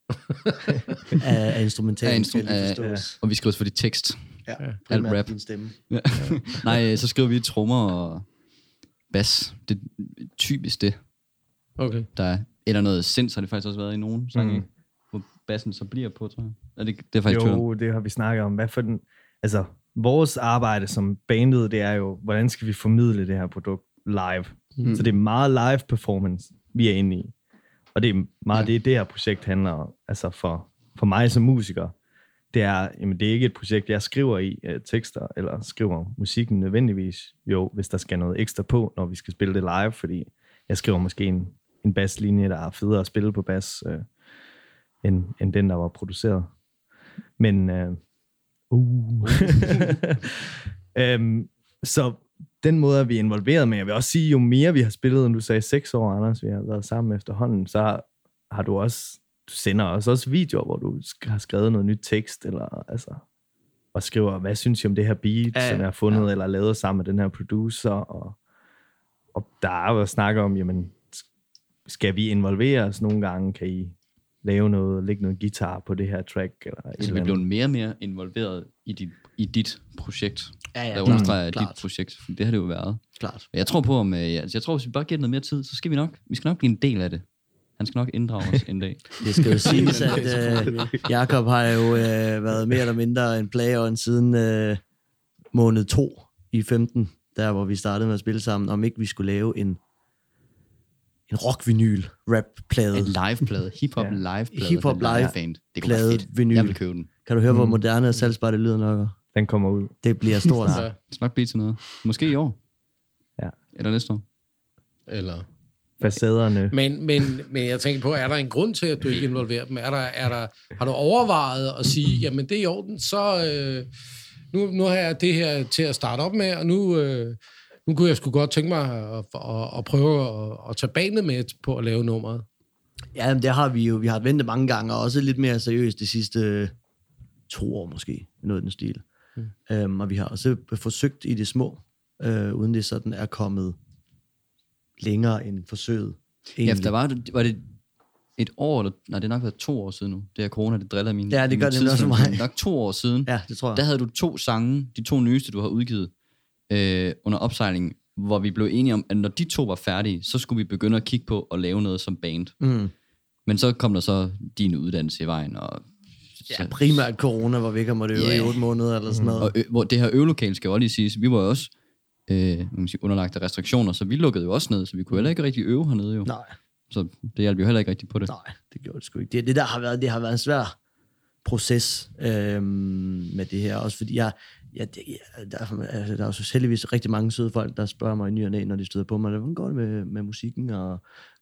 af, af instrumentalen, Af instru- skal lige af- forstås. Og vi skriver selvfølgelig tekst. Ja, alt primært rap. din stemme. Ja. Nej, så skriver vi trommer og bas. Det er typisk det, Okay. der er. Eller noget sinds har det faktisk også været i nogen sange, Mm. mm. hvor bassen så bliver på, tror jeg. Er det, det er faktisk tvivl om. Jo, det har vi snakket om. Hvad for den, altså, vores arbejde som bandet, det er jo, hvordan skal vi formidle det her produkt live? Mm. Så det er meget live performance, vi er inde i. Og det er meget Ja. det, det her projekt handler om. Altså for, for mig som musiker, det er, jamen, det er ikke et projekt, jeg skriver i uh, tekster, eller skriver musikken nødvendigvis. Jo, hvis der skal noget ekstra på, når vi skal spille det live, fordi jeg skriver måske en, en basslinje, der er federe at spille på bas, uh, end, end den, der var produceret. Men, uh, uh. um, så den måde, vi er involveret med, jeg vil også sige, jo mere vi har spillet, end du sagde seks år, Anders, vi har været sammen efterhånden, så har, har du også, du sender os også videoer, hvor du har skrevet noget nyt tekst, eller altså, og skriver, hvad synes I om det her beat, Ja, som jeg har fundet, ja. eller lavet sammen med den her producer, og, og der er jo at snakke om, jamen, skal vi involvere os nogle gange, kan I lave noget, lægge noget guitar på det her track, eller et Så eller vi er andet. blevet mere og mere involveret i dit, i dit projekt. Ja, ja, Der klart, understreger klart. dit projekt, for det har det jo været. Klart. Og jeg tror på, om, øh, altså, jeg tror, hvis vi bare giver det noget mere tid, så skal vi nok, vi skal nok blive en del af det. Han skal nok inddrage os en dag. Det skal jo siges, at øh, Jakob har jo øh, været mere eller mindre en player siden øh, måned to i femten, der hvor vi startede med at spille sammen, om ikke vi skulle lave en, en rock-vinyl rap-plade. En liveplade, hip-hop Ja. live-plade. Hip-hop med live band. Det kunne være plade, fedt. vinyl. Jeg vil købe den. Kan du høre, hvor Mm. moderne og salgsbart det lyder nok? Den kommer ud. Det bliver stort. Ja. Det skal nok blive til noget. Måske i år. Ja. Eller næste år. Eller... Facaderne. Men, men, men jeg tænker på, er der en grund til, at du ikke involverer dem? Er der, er der, har du overvejet at sige, jamen det er i orden, så øh, nu, nu har jeg det her til at starte op med, og nu, øh, nu kunne jeg sgu godt tænke mig at, at, at prøve at, at tage banet med på at lave nummeret. Ja, men det har vi jo. Vi har ventet mange gange, og også lidt mere seriøst de sidste to år måske, noget i den stil. Mm. Øhm, og vi har også forsøgt i det små, øh, uden det sådan er kommet længere end forsøget. Ja, for der var, var det et år, eller, nej, det er nok været to år siden nu. Det er corona, det driller min. Ja, det gør min det også for mig. tidsfornemmelse. Nok to år siden. Ja, det tror jeg. Der havde du to sange, de to nyeste, du har udgivet øh, under opsejlingen, hvor vi blev enige om, at når de to var færdige, så skulle vi begynde at kigge på at lave noget som band. Mm. Men så kom der så din uddannelse i vejen, og, Ja, primært corona, hvor vi ikke har måttet øve Ja. i otte måneder eller sådan noget. og ø, hvor det her øvelokale skal jo også lige siges, vi var jo også øh, man kan sige, underlagt af restriktioner, så vi lukkede jo også ned, så vi kunne heller ikke rigtig øve hernede jo. Nej, Så det hjalp jo heller ikke rigtig på det. nej, det gjorde det sgu ikke. Det, det der har været, det har været en svær proces øhm, med det her, også fordi jeg, jeg, det, jeg der, er, altså, der er jo heldigvis rigtig mange søde folk, der spørger mig i ny og næ, når de støder på mig, hvordan går det med, med musikken, og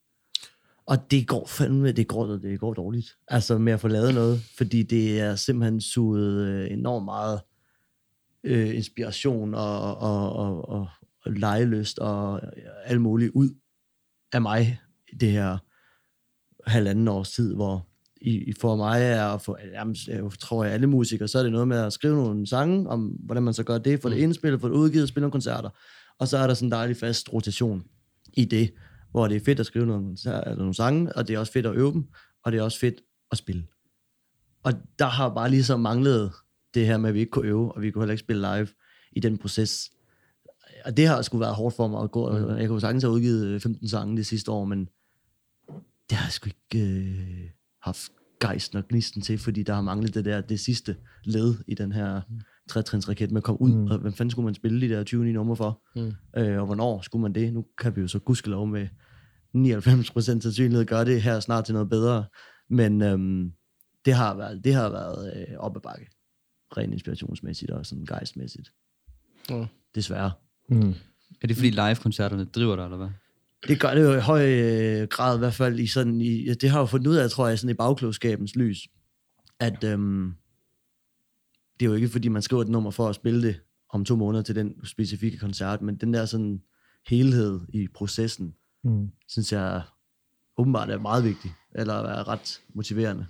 Og det går fandme, det går, det går dårligt. Altså med at få lavet noget, fordi det er simpelthen suget øh, enormt meget øh, inspiration og, og, og, og, og legelyst og alt muligt ud af mig i det her halvanden års tid, hvor i, i for mig er, for, jamen, jeg tror jeg alle musikere, så er det noget med at skrive nogle sange, om hvordan man så gør det, få det indspillet, få det udgivet, spille nogle koncerter, og så er der sådan en dejlig fast rotation i det, hvor det er fedt at skrive nogle, eller nogle sange, og det er også fedt at øve dem, og det er også fedt at spille. Og der har bare ligesom manglet det her med, at vi ikke kunne øve, og vi kunne heller ikke spille live i den proces. Og det har sgu været hårdt for mig at gå. Jeg kunne sagtens have udgivet femten sange det sidste år, men det har jeg sgu ikke øh, haft gejsten og gnisten til, fordi der har manglet det der, det sidste led i den her tretrinsraket med at komme ud, mm. og hvem fanden skulle man spille de der tyve ni numre for? Mm. Øh, og hvornår skulle man det? Nu kan vi jo så gudskelov med nioghalvfems procent sandsynlighed gøre det her snart til noget bedre, men øhm, det har været, det har været øh, op ad bakke, rent inspirationsmæssigt og sådan gejstmæssigt. Ja. Desværre. Mm. Er det fordi live-koncerterne driver dig, eller hvad? Det gør det jo i høj øh, grad, i hvert fald i sådan, i, det har jeg jo fundet ud af, tror jeg, sådan i bagklogskabens lys, at øhm, det er jo ikke fordi, man skriver et nummer for at spille det om to måneder til den specifikke koncert, men den der sådan helhed i processen, mm. synes jeg åbenbart er meget vigtig, eller er ret motiverende.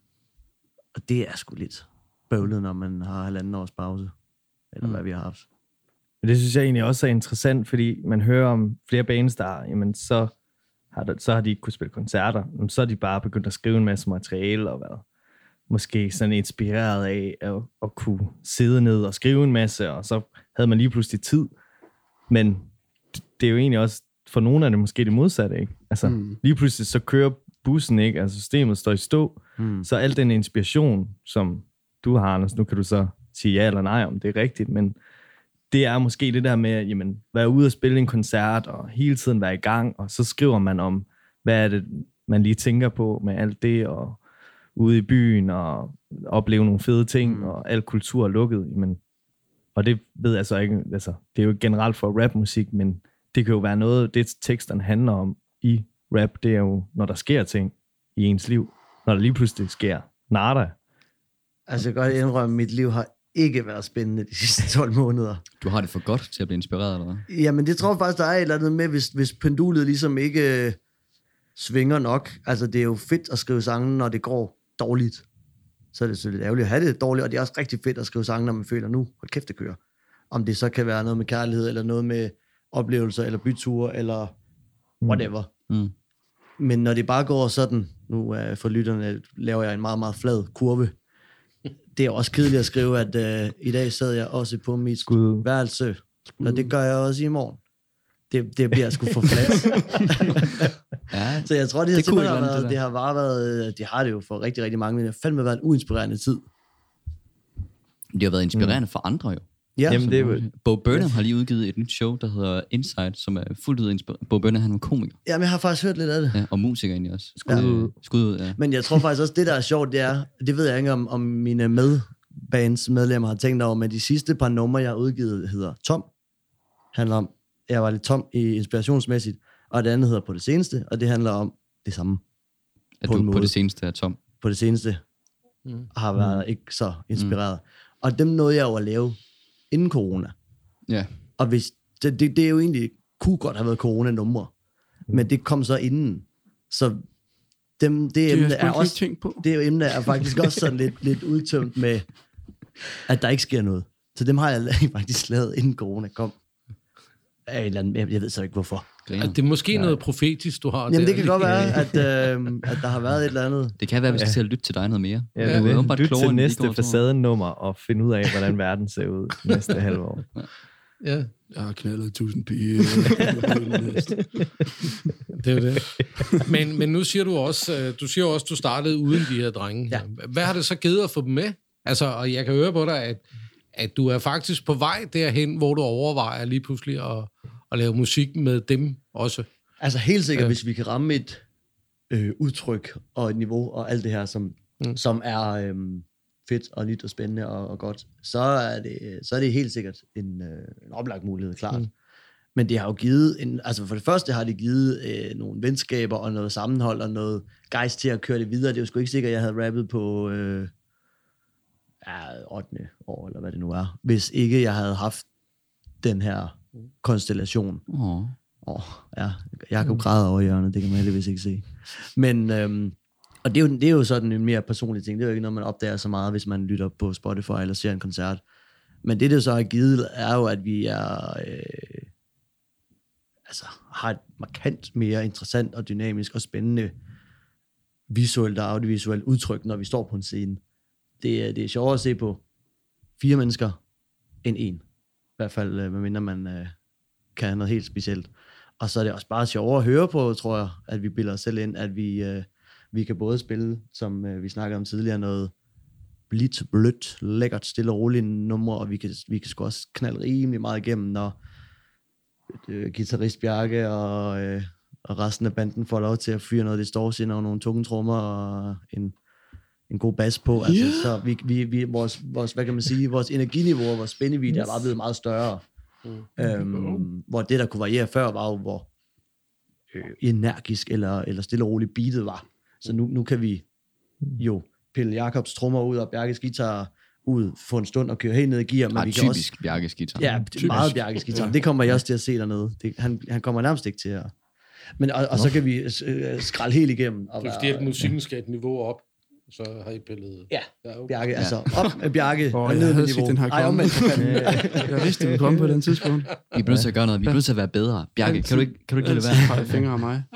Og det er sgu lidt bøvlet, når man har halvanden års pause, eller mm. hvad vi har haft. Men det synes jeg egentlig også er interessant, fordi man hører om flere bands, der jamen, så har der, så har de ikke kunnet spille koncerter. Så er de bare begyndt at skrive en masse materiale og været måske sådan inspireret af at, at kunne sidde ned og skrive en masse, og så havde man lige pludselig tid. Men det er jo egentlig også, for nogle af det måske det modsatte, ikke? Altså, mm. lige pludselig så kører bussen, ikke? Altså, systemet står i stå. Mm. Så al den inspiration, som du har, Anders, nu kan du så sige ja eller nej, om det er rigtigt, men det er måske det der med, jamen, være ude og spille en koncert, og hele tiden være i gang, og så skriver man om, hvad er det, man lige tænker på med alt det, og ude i byen, og opleve nogle fede ting, mm. og al kultur er lukket. Men, og det ved jeg så ikke, altså, det er jo generelt for rapmusik, men det kan jo være noget, det teksterne handler om i rap, det er jo, når der sker ting i ens liv, når der lige pludselig sker nada. Altså, jeg kan godt indrømme, at mit liv har ikke været spændende de sidste tolv måneder. Du har det for godt til at blive inspireret, eller hvad? Jamen, det tror jeg faktisk, der er et eller andet med, hvis, hvis pendulet ligesom ikke øh, svinger nok. Altså, det er jo fedt at skrive sange, når det går dårligt. Så er det selvfølgelig ærgerligt at have det dårligt, og det er også rigtig fedt at skrive sange, når man føler, nu, hold kæft, det kører. Om det så kan være noget med kærlighed, eller noget med oplevelser, eller byture, eller whatever. Mm. Men når det bare går sådan, nu uh, for lytterne laver jeg en meget, meget flad kurve. Det er også kedeligt at skrive, at uh, i dag sad jeg også på mit Skud. værelse, og det gør jeg også i morgen. Det, det bliver sgu for fladt. Ja, så jeg tror, det, det, har, har været, det, det har bare været, det har det jo for rigtig, rigtig mange, men det har fandme været en uinspirerende tid. Det har været inspirerende mm. for andre jo. Ja. Jamen, det er jo... Bo Burnham har lige udgivet et nyt show, der hedder Inside, som er fuldt ud inspireret. Bo Burnham, han var komiker. Jamen, jeg har faktisk hørt lidt af det. Ja, og musiker egentlig også. Skud ja. ud. Skud ud, ja. Men jeg tror faktisk også, det der er sjovt, det er, det ved jeg ikke, om, om mine medbands medlemmer har tænkt over, men de sidste par numre, jeg har udgivet, hedder Tom. Handler om, jeg var lidt tom i inspirationsmæssigt, og det andet hedder På det seneste, og det handler om det samme. At på du på det seneste er tom? På det seneste mm. har været mm. ikke så inspireret. Mm. Og dem nåede jeg jo at lave inden corona. Ja. Yeah. Og hvis, det, det, det er jo egentlig, kunne godt have været corona-numre, mm. men det kom så inden. Så dem, det, emne er også, det er jo emne er faktisk også sådan lidt, lidt udtømt med, at der ikke sker noget. Så dem har jeg faktisk lavet, inden corona kom. Jeg ved så ikke, hvorfor. At det er måske ja. noget profetisk, du har. Jamen, der. det kan godt være, at, øh, at der har været et eller andet. Det kan være, hvis vi skal lytte til dig noget mere. Ja, ja, ja. Lyt til næste facadenummer og finde ud af, hvordan verden ser ud næste halve år. Ja. Jeg har knaldet tusind piger. Det er jo det. Men, men nu siger du også, du siger også, du startede uden de her drenge. Ja. Hvad har det så givet at få dem med? Altså, og jeg kan høre på dig, at, at du er faktisk på vej derhen, hvor du overvejer lige pludselig at, at lave musik med dem også. Altså helt sikkert, ja. Hvis vi kan ramme et øh, udtryk og et niveau og alt det her, som, mm. som er øh, fedt og nyt og spændende og, og godt, så er, det, så er det helt sikkert en, øh, en oplagt mulighed, klart. Mm. Men det har jo givet, en, altså for det første har det givet øh, nogle venskaber og noget sammenhold og noget gejst til at køre det videre. Det er jo sgu ikke sikkert, at jeg havde rappet på øh, ja, ottende år, eller hvad det nu er, hvis ikke jeg havde haft den her konstellation. Åh, oh. oh, ja, Jakob mm. græder over hjørnet, det kan man heldigvis ikke se. Men, øhm, og det er, jo, det er jo sådan en mere personlig ting, det er jo ikke noget, man opdager så meget, hvis man lytter på Spotify eller ser en koncert. Men det, det så har givet, er jo, at vi er, øh, altså, har et markant mere interessant og dynamisk og spændende visuelt og audiovisuelt udtryk, når vi står på en scene. Det, det er sjovere at se på fire mennesker end en. I hvert fald, medmindre man øh, kan have noget helt specielt. Og så er det også bare sjovere at høre på, tror jeg, at vi bilder os selv ind, at vi, øh, vi kan både spille, som øh, vi snakkede om tidligere, noget blidt, blødt, lækkert, stille og roligt numre, og vi kan, vi kan sgu også knalde rimelig meget igennem, når øh, guitarist Bjarke og, øh, og resten af banden får lov til at fyre noget distortion og nogle tunge trommer og en en god bas på, altså, yeah. så vi, vi, vi, vores, vores, hvad kan man sige, vores energiniveau og vores spændevidde yes. er bare blevet meget større. Mm. Øhm, hvor det, der kunne variere før, var jo, hvor øh, energisk eller, eller stille og roligt beatet var. Så nu, nu kan vi jo pille Jakobs trommer ud og Bjarkes guitar ud for en stund og køre helt ned i gear. Men ja, vi typisk kan også, Bjarkes guitar. Ja, typisk. Meget Bjarkes guitar. Ja. Det kommer jeg også til at se dernede. Det, han, han kommer nærmest ikke til at... Men, og, og så kan vi øh, skralde helt igennem. Og det er fordi, at musikken skal et niveau op. Så har I pillet... Ja, ja okay. Bjarke, altså op med Bjarke oh, og ned med niveau. Den her Ej, omvendt. Jeg vidste, den kom på den tidspunkt. Vi bliver nødt til at gøre noget. Vi bliver nødt til at være bedre. Bjarke, kan du ikke, kan du ikke lade det være? Fingre af mig.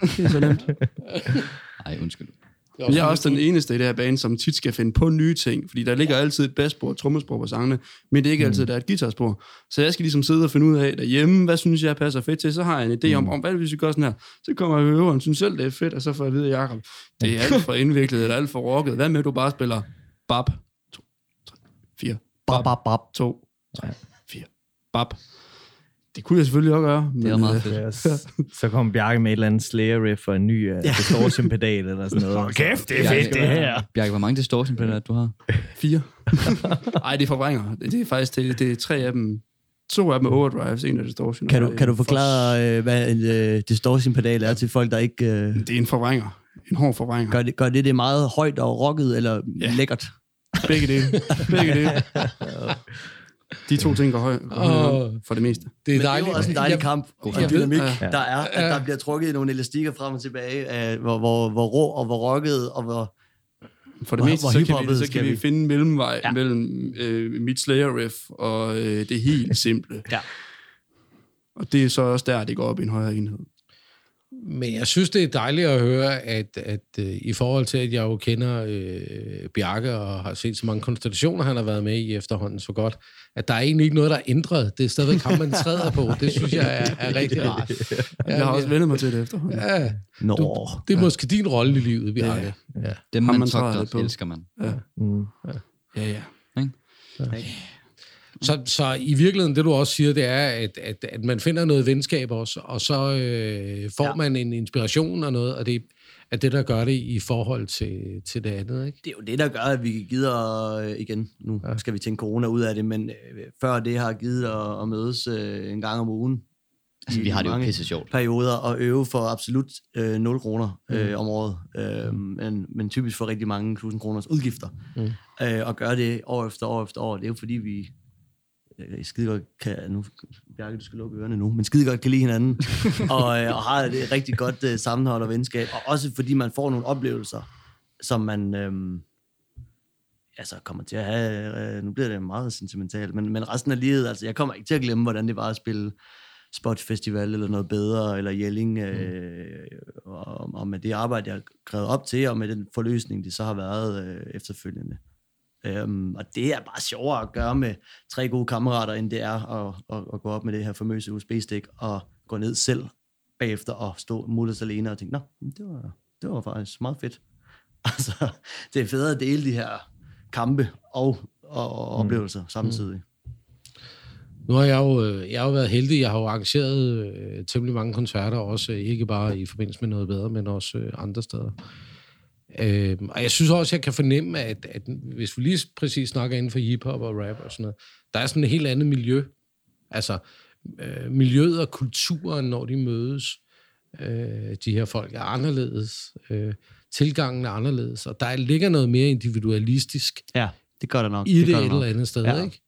Det er så nemt. Nej, undskyld. Men jeg er også den eneste i det her band, som tit skal finde på nye ting, fordi der ligger altid et basspor og trommespor på sangene, men det er ikke altid, der er et guitarspor. Så jeg skal ligesom sidde og finde ud af derhjemme, hvad synes jeg passer fedt til, så har jeg en idé om, om hvad hvis vi gør sådan her. Så kommer jeg øveren, synes selv, det er fedt, og så får jeg at vide, Jacob, det er alt for indviklet, eller alt for rocket. Hvad med, at du bare spiller bap, to, tre, fire, Bap, bap, bap. to, tre, fire, bap. Det kunne jeg selvfølgelig også gøre. Det er meget fedt. Ja, så, så kom Bjarke med et eller andet Slayer-riff og en ny uh, distortion-pedal eller sådan noget. Hold kæft, det er fedt, det her. Bjarke, hvor mange distortion-pedaler du har? Fire. Ej, det forvrænger. Det er faktisk det, det er tre af dem. To af dem er overdrives, en af distortion. Kan du, kan du forklare, øh, hvad en øh, distortion-pedal er til folk, der ikke... Øh, Det er en forvrænger. En hård forvrænger. gør, det, gør det det meget højt og rocket, eller Ja. lækkert? Begge dele. Begge dele. De to ting går højt Åh. for det meste. Det er Men det er dejligt. jo også en dejlig kamp og jeg ved- dynamik, Ja. der er, at der bliver trukket nogle elastikker frem og tilbage, øh, hvor, hvor, hvor rå og hvor rocket, og hvor... For det Hvor- meste, hvor så kan, hiphoppet vi, så skal kan vi vi? finde en mellemvej Ja. ja. mellem øh, mit Slayer-riff og øh, det helt simple. Ja. Og det er så også der, det går op i en højere enhed. Men jeg synes, det er dejligt at høre, at, at uh, i forhold til, at jeg jo kender uh, Bjarke og har set så mange konstellationer, han har været med i efterhånden så godt, at der er egentlig ikke noget, der er ændret. Det er stadigvæk ham, man træder på. Det synes jeg er, er rigtig rart. Ja, jeg har også vendt mig til det efterhånden. Ja, Nå, du, det er måske din rolle i livet, Bjarke. Ja. Dem, Ham, man man træder togter, lidt på. elsker man. Ja, Mm. ja. ja. Så, så i virkeligheden, det du også siger, det er, at, at, at man finder noget venskab også, og så øh, får Ja. man en inspiration og noget, og det er det, der gør det i forhold til, til det andet, ikke? det er jo det, der gør, at vi gider øh, igen. Nu ja. skal vi tænke corona ud af det, men øh, før det har givet at, at mødes øh, en gang om ugen. Altså, i vi har det jo mange pisse sjovt. perioder og øve for absolut øh, nul kroner øh, mm. om året. Øh, men, men typisk for rigtig mange tusind kroners udgifter. Mm. Øh, og gøre det år efter år efter år. Det er jo fordi, vi øh, skide godt kan... Nu, Bjarke, du skal lukke ørerne nu. Men skide godt kan lide hinanden. og, øh, og har et rigtig godt øh, sammenhold og venskab. Og også fordi man får nogle oplevelser, som man... Øh, altså kommer til at have... Øh, nu bliver det meget sentimentalt, men, men resten af livet... Altså, jeg kommer ikke til at glemme, hvordan det var at spille Spot Festival eller noget bedre, eller Jelling, øh, og, og med det arbejde, jeg har krævet op til, og med den forløsning, det så har været øh, efterfølgende. Um, og det er bare sjovere at gøre med tre gode kammerater, end det er at, at, at gå op med det her famøse U S B-stik, og gå ned selv bagefter, og stå mutters alene, og tænke, nå, det var, det var faktisk meget fedt. Altså, det er federe at dele de her kampe og, og, og oplevelser mm. samtidig. Nu har jeg jo, øh, jeg har jo været heldig. Jeg har jo arrangeret øh, temmelig mange koncerter, også øh, ikke bare i forbindelse med noget bedre, men også øh, andre steder. Øh, og jeg synes også, jeg kan fornemme, at, at hvis vi lige præcis snakker inden for hiphop og rap og sådan noget, der er sådan et helt andet miljø. Altså, øh, miljøet og kulturen, når de mødes, øh, de her folk, er anderledes. Øh, tilgangen er anderledes, og der ligger noget mere individualistisk Ja, det gør der nok. i det, det gør et der nok. eller andet sted, Ja. ikke?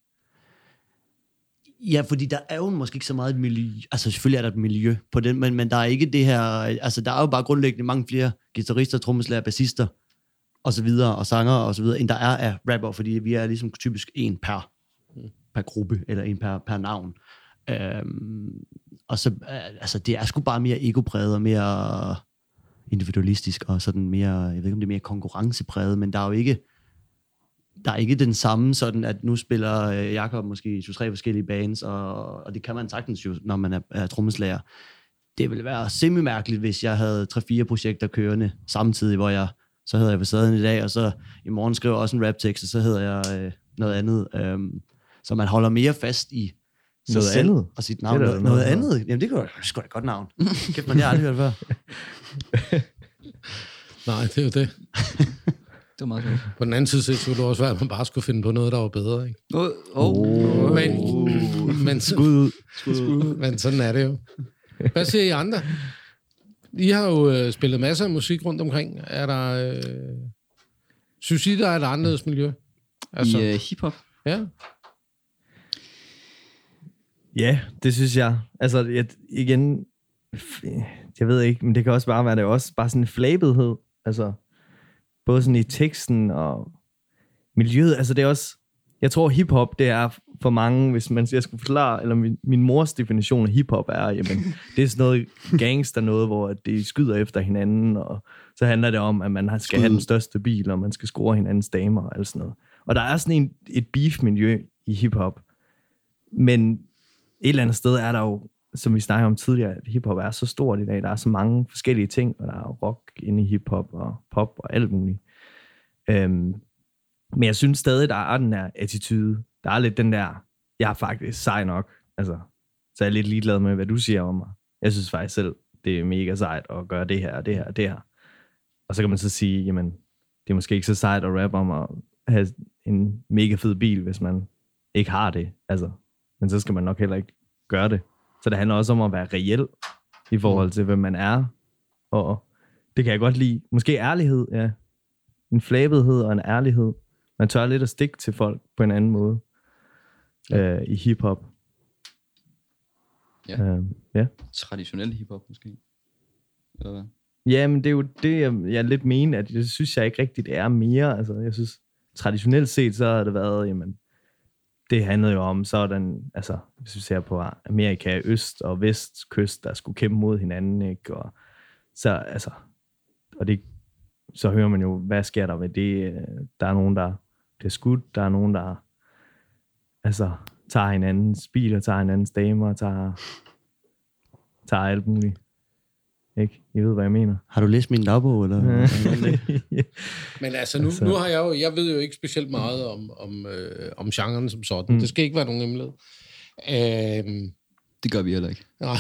Ja, fordi der er jo måske ikke så meget et miljø. Altså selvfølgelig er der et miljø på den, men, men der er ikke det her... Altså der er jo bare grundlæggende mange flere guitarister, trommeslager, bassister og så videre, og sanger og så videre, end der er af rapper, fordi vi er ligesom typisk en per, per gruppe, eller en per, per navn. Øhm, og så, altså det er sgu bare mere egopræget og mere individualistisk, og sådan mere, jeg ved ikke om det er mere konkurrencepræget, men der er jo ikke... Der er ikke den samme sådan, at nu spiller øh, Jakob måske to-tre forskellige bands, og, og det kan man sagtens jo, når man er, er trommeslager. Det ville være semi-mærkeligt, hvis jeg havde tre-fire projekter kørende samtidig, hvor jeg, så hedder jeg facaden i dag, og så i morgen skriver jeg også en raptekst, og så hedder jeg øh, noget andet. Øhm, så man holder mere fast i sig Noget selv andet? og sit navn. Det er Noget, da noget noget andet? Jamen det kunne sgu da et godt navn. Kæft, man, det har jeg aldrig hørt før. Nej, det er jo det. Det var meget sjovt. På den anden side set, så kunne det også være, at man bare skulle finde på noget, der var bedre, ikke? Åh, oh, oh. Men, men, Skud ud. men sådan er det jo. Hvad siger I andre? I har jo øh, spillet masser af musik rundt omkring. Er der... Øh, synes I, der er et anderledes miljø? Altså, I uh, hiphop. ja. Ja, det synes jeg. Altså, jeg, igen, jeg ved ikke, men det kan også bare være, det er også bare sådan en flabethed. Altså, både sådan i teksten og miljøet. Altså, det er også, jeg tror, hiphop, det er for mange, hvis man jeg skulle forklare, eller min, min mors definition af hiphop er, jamen, det er sådan noget gangster noget, hvor de skyder efter hinanden, og så handler det om, at man skal have den største bil, og man skal score hinandens damer, og alt sådan noget. Og der er sådan en, et beef-miljø i hiphop, men et eller andet sted er der jo, som vi snakkede om tidligere, at hiphop er så stort i dag, der er så mange forskellige ting, og der er rock inde i hiphop, og pop, og alt muligt. Øhm, men jeg synes stadig, der er den her attitude. Der er lidt den der, jeg er faktisk sej nok. Altså, så er jeg lidt ligeglad med, hvad du siger om mig. Jeg synes faktisk selv, det er mega sejt at gøre det her, og det her, og det her. Og så kan man så sige, jamen, det er måske ikke så sejt at rappe om at have en mega fed bil, hvis man ikke har det. Altså, men så skal man nok heller ikke gøre det. Så det handler også om at være reel i forhold til, hvem man er. Og det kan jeg godt lide. Måske ærlighed, ja. En flabethed og en ærlighed. Man tør lidt at stikke til folk på en anden måde. Ja. Øh, I hiphop. Ja. Øh, ja. Traditionel hiphop måske. Eller hvad? Ja, men det er jo det, jeg, jeg lidt mener, at det synes jeg ikke rigtigt er mere. Altså, jeg synes, traditionelt set, så har det været, jamen, det handlede jo om sådan, altså, hvis vi ser på Amerika, øst- og vestkyst, der skulle kæmpe mod hinanden, ikke? Og så, altså, og det, så hører man jo, hvad sker der ved det? Der er nogen, der bliver skudt, der er nogen, der, altså, tager hinandens biler, tager hinandens damer, tager, tager alt muligt. Ikke? I ved, hvad jeg mener. Har du læst min dagbog, eller? Men altså nu, nu har jeg jo, jeg ved jo ikke specielt meget om, om, øh, om genren som sådan. Mm. Det skal ikke være nogen hemmelighed. Øhm, det gør vi heller ikke. Nej.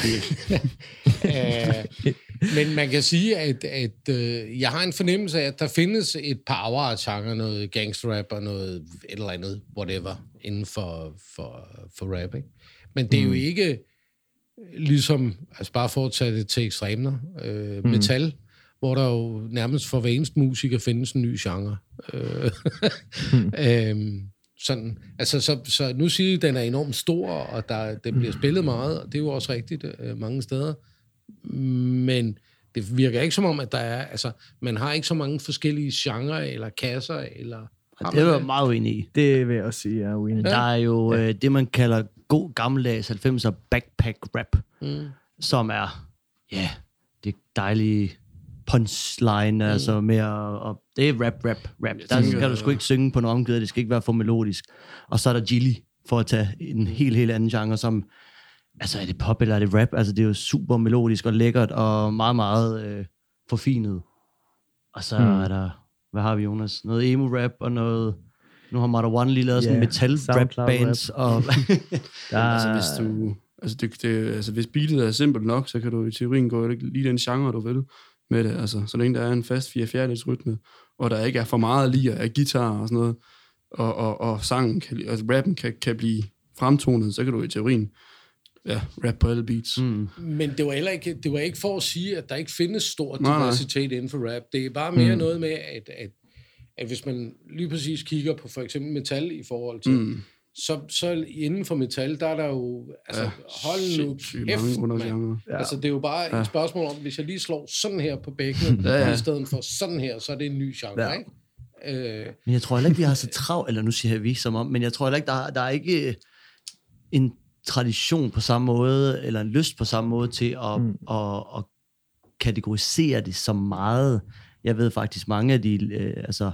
øh, men man kan sige, at, at øh, jeg har en fornemmelse af, at der findes et par afart-genre, noget gangsterrap og noget et eller andet, whatever, inden for, for, for rap, ikke? Men det er mm. jo ikke ligesom, altså bare for at tage det til ekstremer, øh, mm. metal, hvor der jo nærmest for hver eneste musiker findes en ny genre. Øh, mm. øhm, sådan, altså, så, så nu siger jeg, at den er enormt stor, og der, den bliver spillet meget, og det er jo også rigtigt øh, mange steder. Men det virker ikke som om, at der er, altså, man har ikke så mange forskellige genrer, eller kasser, eller... Det er jeg meget uenig i. Det vil jeg også sige, jeg er uenig. Der er jo ja. øh, det, man kalder god gammeldags halvfemser backpack rap, mm. som er, ja, det dejlige punchline, mm. altså med at, og det er rap, rap, rap. Der skal ja. du sgu ikke synge på noget omgivet, det skal ikke være for melodisk. Og så er der Gilly, for at tage en helt, helt anden genre, som, altså er det pop eller er det rap? Altså det er jo super melodisk og lækkert, og meget, meget øh, forfinet. Og så mm. er der, hvad har vi, Jonas? Noget emo-rap og noget... Nu har Mother One lige lavet sådan yeah, metal-rap-bands. Og der... altså, hvis du... Altså, det, det, altså, hvis beatet er simpelt nok, så kan du i teorien gå lige den genre, du vil med det. Altså, så længe der er en fast fire fjerdedels rytme, og der ikke er for meget lir af guitar og sådan noget, og, og, og sangen, kan, altså rappen kan, kan blive fremtonet, så kan du i teorien ja, rap på alle beats. Mm. Men det var heller ikke, det var ikke for at sige, at der ikke findes stor diversitet inden for rap. Det er bare mere mm. noget med, at, at, at hvis man lige præcis kigger på for eksempel metal i forhold til, mm. så, så inden for metal, der er der jo, altså ja, hold nu kæft, man. Ja. Altså det er jo bare ja. et spørgsmål om, hvis jeg lige slår sådan her på bækkenet, ja, ja. i stedet for sådan her, så er det en ny genre, ja. ikke? Øh. Men jeg tror heller ikke, vi har så travlt, eller nu siger jeg vi som om, men jeg tror heller ikke, der, der er ikke en tradition på samme måde, eller en lyst på samme måde til at, mm. at, at kategorisere det så meget. Jeg ved faktisk, mange af de, øh, altså,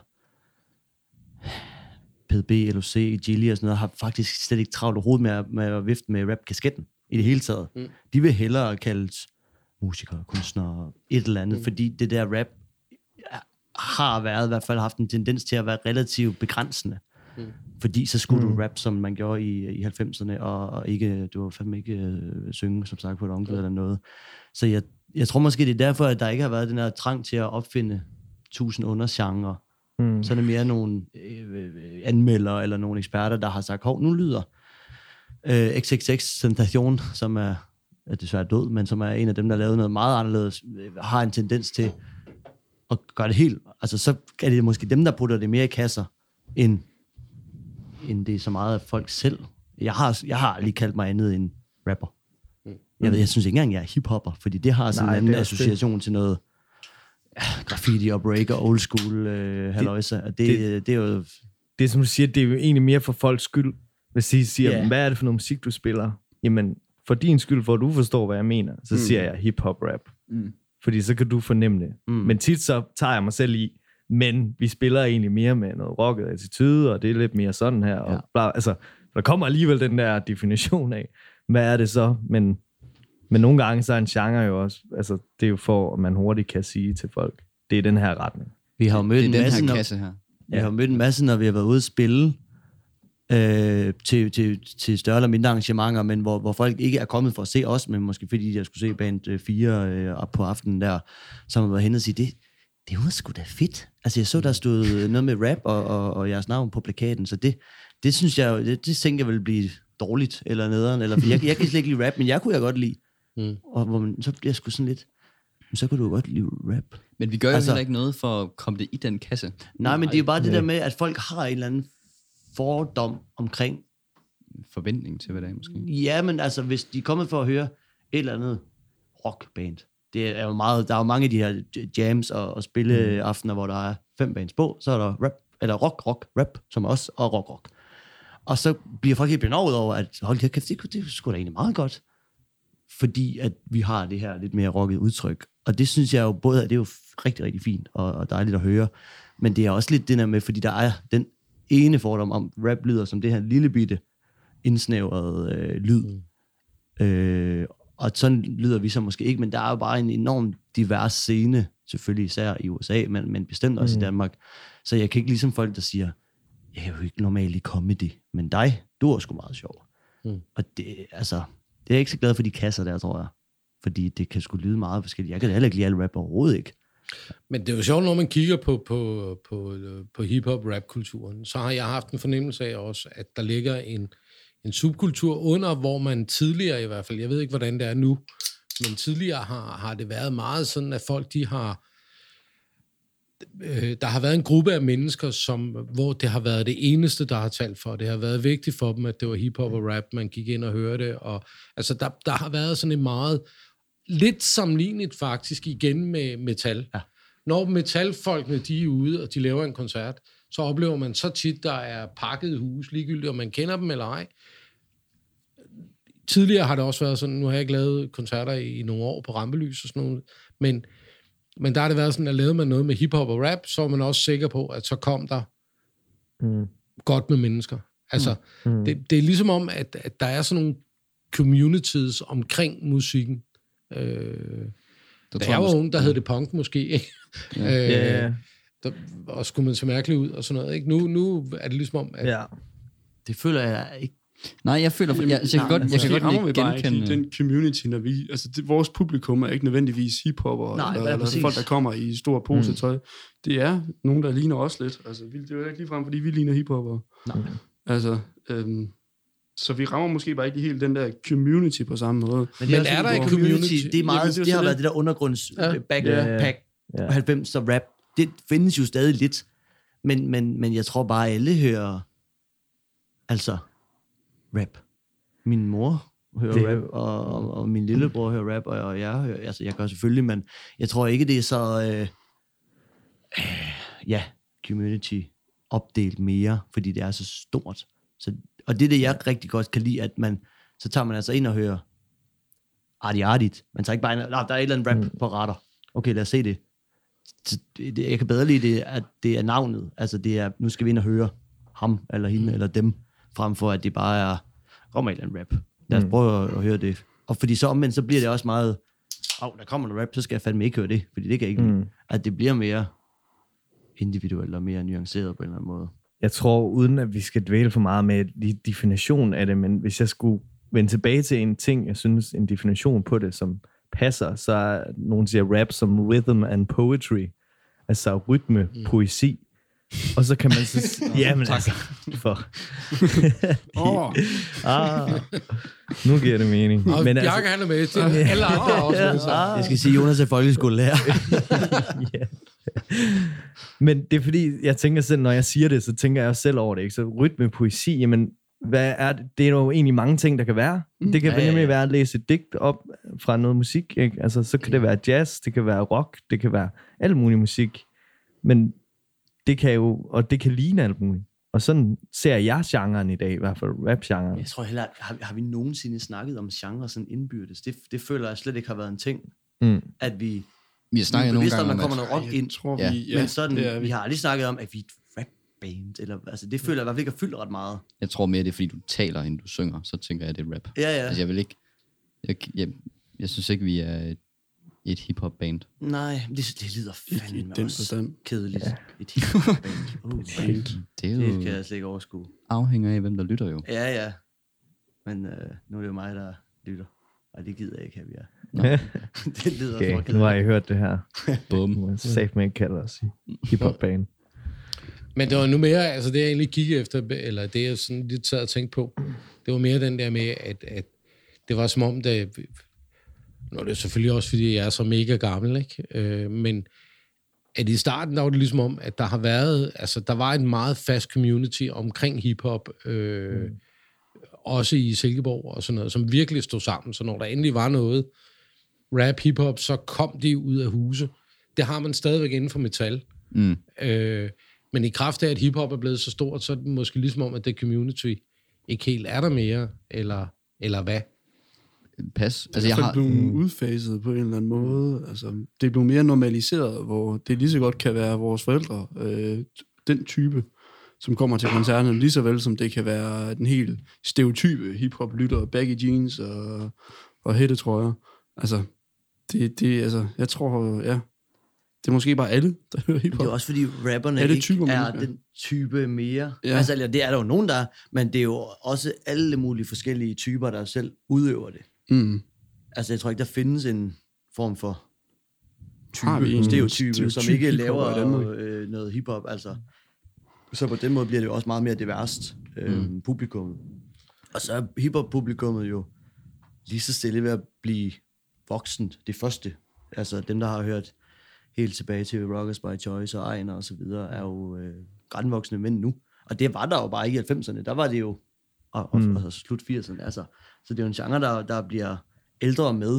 P D B, L O C, Gilly og sådan noget, har faktisk slet ikke travlt overhovedet med, med at vifte med rap-kasketten i det hele taget. Mm. De vil hellere kaldes musikere, kunstnere, et eller andet, mm. fordi det der rap har været, i hvert fald haft en tendens til at være relativt begrænsende. Mm. Fordi så skulle mm. du rap, som man gjorde i, i halvfemserne, og, og ikke, du var fandme ikke øh, synge, som sagt, på et omkvæd eller noget. Så jeg, jeg tror måske, det er derfor, at der ikke har været den her trang til at opfinde tusind undergenre. Mm. Så er det mere nogle øh, anmeldere, eller nogle eksperter, der har sagt, hov, nu lyder øh, X X X Sentation, som er, er desværre død, men som er en af dem, der har lavet noget meget anderledes, har en tendens til at gøre det helt. Altså, så er det måske dem, der putter det mere i kasser, end end det er så meget af folk selv. Jeg har, jeg har lige kaldt mig andet end rapper. Mm. Jeg ved, jeg synes ikke engang, jeg er hiphopper, fordi det har sådan Nej, en anden association det. til noget ja, graffiti og break og old school øh, halløjsa. Det, det, det, det er jo... Det er som du siger, det er jo egentlig mere for folks skyld. Hvis I siger, Yeah. hvad er det for noget musik, du spiller? Jamen, for din skyld, for at du forstår, hvad jeg mener, så mm. siger jeg hip-hop-rap. Mm. Fordi så kan du fornemme det. Mm. Men tit så tager jeg mig selv i, men vi spiller egentlig mere med noget rocket attitude, og det er lidt mere sådan her. Og Ja. bla, altså, der kommer alligevel den der definition af, hvad er det så? Men, men nogle gange så er en genre jo også, altså det er jo for, at man hurtigt kan sige til folk, det er den her retning. Vi har jo mødt Det er en den masse, her når, kasse her. vi har mødt en masse, når vi har været ude at spille øh, til, til, til større eller mindre arrangementer, men hvor, hvor folk ikke er kommet for at se os, men måske fordi de skulle se band fire øh, op på aftenen der, så har man været hen og sige, det, det var sgu da fedt. Altså jeg så, der stod noget med rap og, og, og jeres navn på plakaten, så det, det synes jeg, det, det tænker jeg vil blive dårligt eller nederen, eller, for jeg, jeg kan slet ikke lide rap, men jeg kunne jeg godt lide. Mm. Og hvor man, så bliver jeg sgu sådan lidt, så kunne du godt lide rap. Men vi gør jo Altså- heller ikke noget for at komme det i den kasse. Nej, men det er jo bare det der med, at folk har en eller anden fordom omkring, Forventning til, hvad det er måske. ja, men altså, hvis de er kommet for at høre et eller andet rockband, det er jo meget, der er jo mange af de her jams og, og spilleaftener, hvor der er fem bands på, så er der rap, eller rock, rock, rap, som også, og rock, rock. Og så bliver folk helt benovet over, at hold kæft, det, det, det er sgu da egentlig meget godt, fordi at vi har det her lidt mere rocket udtryk. Og det synes jeg jo både, at det er jo rigtig, rigtig fint og, og dejligt at høre, men det er også lidt det der med, fordi der er den ene fordom om, rap lyder som det her lille bitte indsnævrede øh, lyd. Mm. Øh, og sådan lyder vi så måske ikke, men der er jo bare en enorm divers scene, selvfølgelig især i U S A, men, men bestemt også mm. i Danmark. Så jeg kan ikke ligesom folk, der siger, jeg er jo ikke normalt i comedy, men dig, du er sgu meget sjov. Mm. Og det, altså, det er jeg ikke så glad for de kasser der, tror jeg. Fordi det kan sgu lyde meget forskelligt. Jeg kan da heller ikke lide alle rap overhovedet ikke. Men det er jo sjovt, når man kigger på, på, på, på hip-hop-rap-kulturen, så har jeg haft en fornemmelse af også, at der ligger en, en subkultur under, hvor man tidligere i hvert fald, jeg ved ikke, hvordan det er nu, men tidligere har, har det været meget sådan, at folk, de har, øh, der har været en gruppe af mennesker, som, hvor det har været det eneste, der har talt for. Det har været vigtigt for dem, at det var hip-hop og rap, man gik ind og hørte, og altså, der, der har været sådan en meget, lidt sammenlignet faktisk igen med metal. Ja. Når metalfolkene, de er ude, og de laver en koncert, så oplever man så tit, der er pakket hus, ligegyldigt om man kender dem eller ej. Tidligere har det også været sådan, nu har jeg ikke lavet koncerter i, i nogle år på Rampelys og sådan noget, men, men der har det været sådan, at lavede man noget med hiphop og rap, så var man også sikker på, at så kom der mm. godt med mennesker. Altså, mm. det, det er ligesom om, at, at der er sådan nogle communities omkring musikken. Øh, der der var nogen, der hed det punk måske, ikke? Ja. øh, Ja, ja. Der, og skulle man se mærkeligt ud og sådan noget, ikke? Nu, nu er det ligesom om, at... Ja. Det føler jeg ikke. Nej, jeg føler, jeg, jeg, jeg kan godt, jeg kan godt rammer vi bare genkende... ikke i den community, når vi, altså det, vores publikum er ikke nødvendigvis hiphopper, Nej, eller, ja, eller folk, der kommer i store posetøj. Mm. Det er nogen, der ligner os lidt. Altså, vi, det er jo ikke ligefrem, fordi vi ligner hiphopper. Nej. Altså, øhm, så vi rammer måske bare ikke helt den der community på samme måde. Men, Men også er der sådan, en hvor- community? Det, er meget, Jamen, det er det, har så været det. det der undergrunds Ja. ja. backpack Ja, ja. ja. halvfems så rap. Det findes jo stadig lidt. Men, men, men jeg tror bare, alle hører altså rap. Min mor hører Det- rap, og, og, og min lillebror hører rap, og, og jeg hører, altså jeg gør selvfølgelig, men jeg tror ikke, det er så, øh, øh, ja, community opdelt mere, fordi det er så stort. Så, og det er det, jeg rigtig godt kan lide, at man, så tager man altså ind og hører artigt-artigt. Man tager ikke bare ind, nej, der er et eller andet rap mm. på radar. Okay, lad os se det. Så det, det. Jeg kan bedre lide det, at det er navnet. Altså det er, nu skal vi ind og høre ham, eller hende, mm. eller dem, frem for at det bare er, kommer et eller andet rap. Lad os mm. prøve at, at høre det. Og fordi så omvendt, så bliver det også meget, åh, oh, der kommer noget rap, så skal jeg fandme ikke høre det, fordi det kan jeg ikke lide. Mm. At det bliver mere individuelt og mere nuanceret på en eller anden måde. Jeg tror, uden at vi skal dvæle for meget med lige definitionen af det, men hvis jeg skulle vende tilbage til en ting, jeg synes, en definition på det, som passer, så er nogen siger rap som rhythm and poetry, altså rytme, mm. poesi. Og så kan man så... ja, men altså... For. Åh, ah, nu giver det mening. Og men Bjarke, han er med til alle andre også. Altså. Jeg skal sige, Jonas er folkeskolelærer. ja. Men det er fordi, jeg tænker selv, når jeg siger det, så tænker jeg også selv over det. Ikke? Så rytme, poesi, jamen, hvad er det? Det er jo egentlig mange ting, der kan være. Det kan ja, ja, ja. nemlig være at læse et digt op fra noget musik. Ikke? Altså, så kan det være jazz, det kan være rock, det kan være alt mulig musik. Men det kan jo, og det kan ligne alt muligt. Og sådan ser jeg genren i dag, i hvert fald rap-genren. Jeg tror heller, har, har vi nogensinde snakket om genre sådan indbyrdes? Det, det føler jeg slet ikke har været en ting, Mm. at vi... Vi har snakket nogle gange om, om, der kommer at... noget rock ind, tror Ja. vi, ja, men sådan, det er vi. vi har aldrig snakket om, at vi er et rap-band, eller, altså det føler jeg i hvert fald ikke har fyldt ret meget. Jeg tror mere, det er, fordi du taler, end du synger. Så tænker jeg, det er rap. Ja, ja. Altså, jeg vil ikke... Jeg, jeg, jeg synes ikke, vi er et, et hip-hop-band. Nej, det, det lyder fandme i den også forstand. kedeligt. Ja. Et hip-hop-band. Oh, Band. Det er det jo kan jeg slet ikke overskue. afhænger af, hvem der lytter jo. Ja, ja. Men øh, nu er det jo mig, der lytter. Og det gider jeg ikke have, vi er. Det lyder Okay, for nu kedeligt. har I hørt det her. Bum. Nu safe man ikke kalder os i hip-hop-band. Men det var nu mere, altså det jeg egentlig kiggede efter, eller det jeg sådan lidt sad og tænkte på, det var mere den der med, at, at det var som om, det, nu er det selvfølgelig også, fordi jeg er så mega gammel, ikke? Øh, men at i starten, der var det ligesom om, at der har været, altså der var en meget fast community omkring hiphop, øh, mm. også i Silkeborg og sådan noget, som virkelig stod sammen, så når der endelig var noget rap, hiphop, så kom de ud af huse. Det har man stadigvæk inden for metal. Mm. Øh, men i kraft af, at hiphop er blevet så stort, så er det måske ligesom om, at det community ikke helt er der mere, eller, eller hvad? Pas. Altså, Altså, jeg jeg har... blevet udfaset på en eller anden måde. Altså, det er blevet mere normaliseret, hvor det lige så godt kan være vores forældre, øh, den type, som kommer til koncerterne, lige så vel som det kan være den helt stereotype hiphop-lytter, baggy jeans og, og hættetrøjer. Altså, det, det, altså, jeg tror, ja, det er måske bare alle, der hører hiphop. Det er også fordi rapperne Er det ikke typer er mennesker? den type mere. Ja. Ja. Altså, eller det er der jo nogen, der er, men det er jo også alle mulige forskellige typer, der selv udøver det. Mm. Altså, jeg tror ikke, der findes en form for Har vi type, en stereotype, stereotyp som ikke hiphopper i Danmark? laver øh, noget hiphop. Altså. Så på den måde bliver det jo også meget mere diverst øh, mm. publikum. Og så er hiphop-publikummet jo lige så stille ved at blive voksent. Det første. Altså dem, der har hørt helt tilbage til Rockers by Choice og Ejner og så videre, er jo øh, grænvoksne mænd nu. Og det var der jo bare ikke i halvfemserne. Der var det jo, og, og, mm. og slut firserne. Altså. Så det er jo en genre, der, der bliver ældre med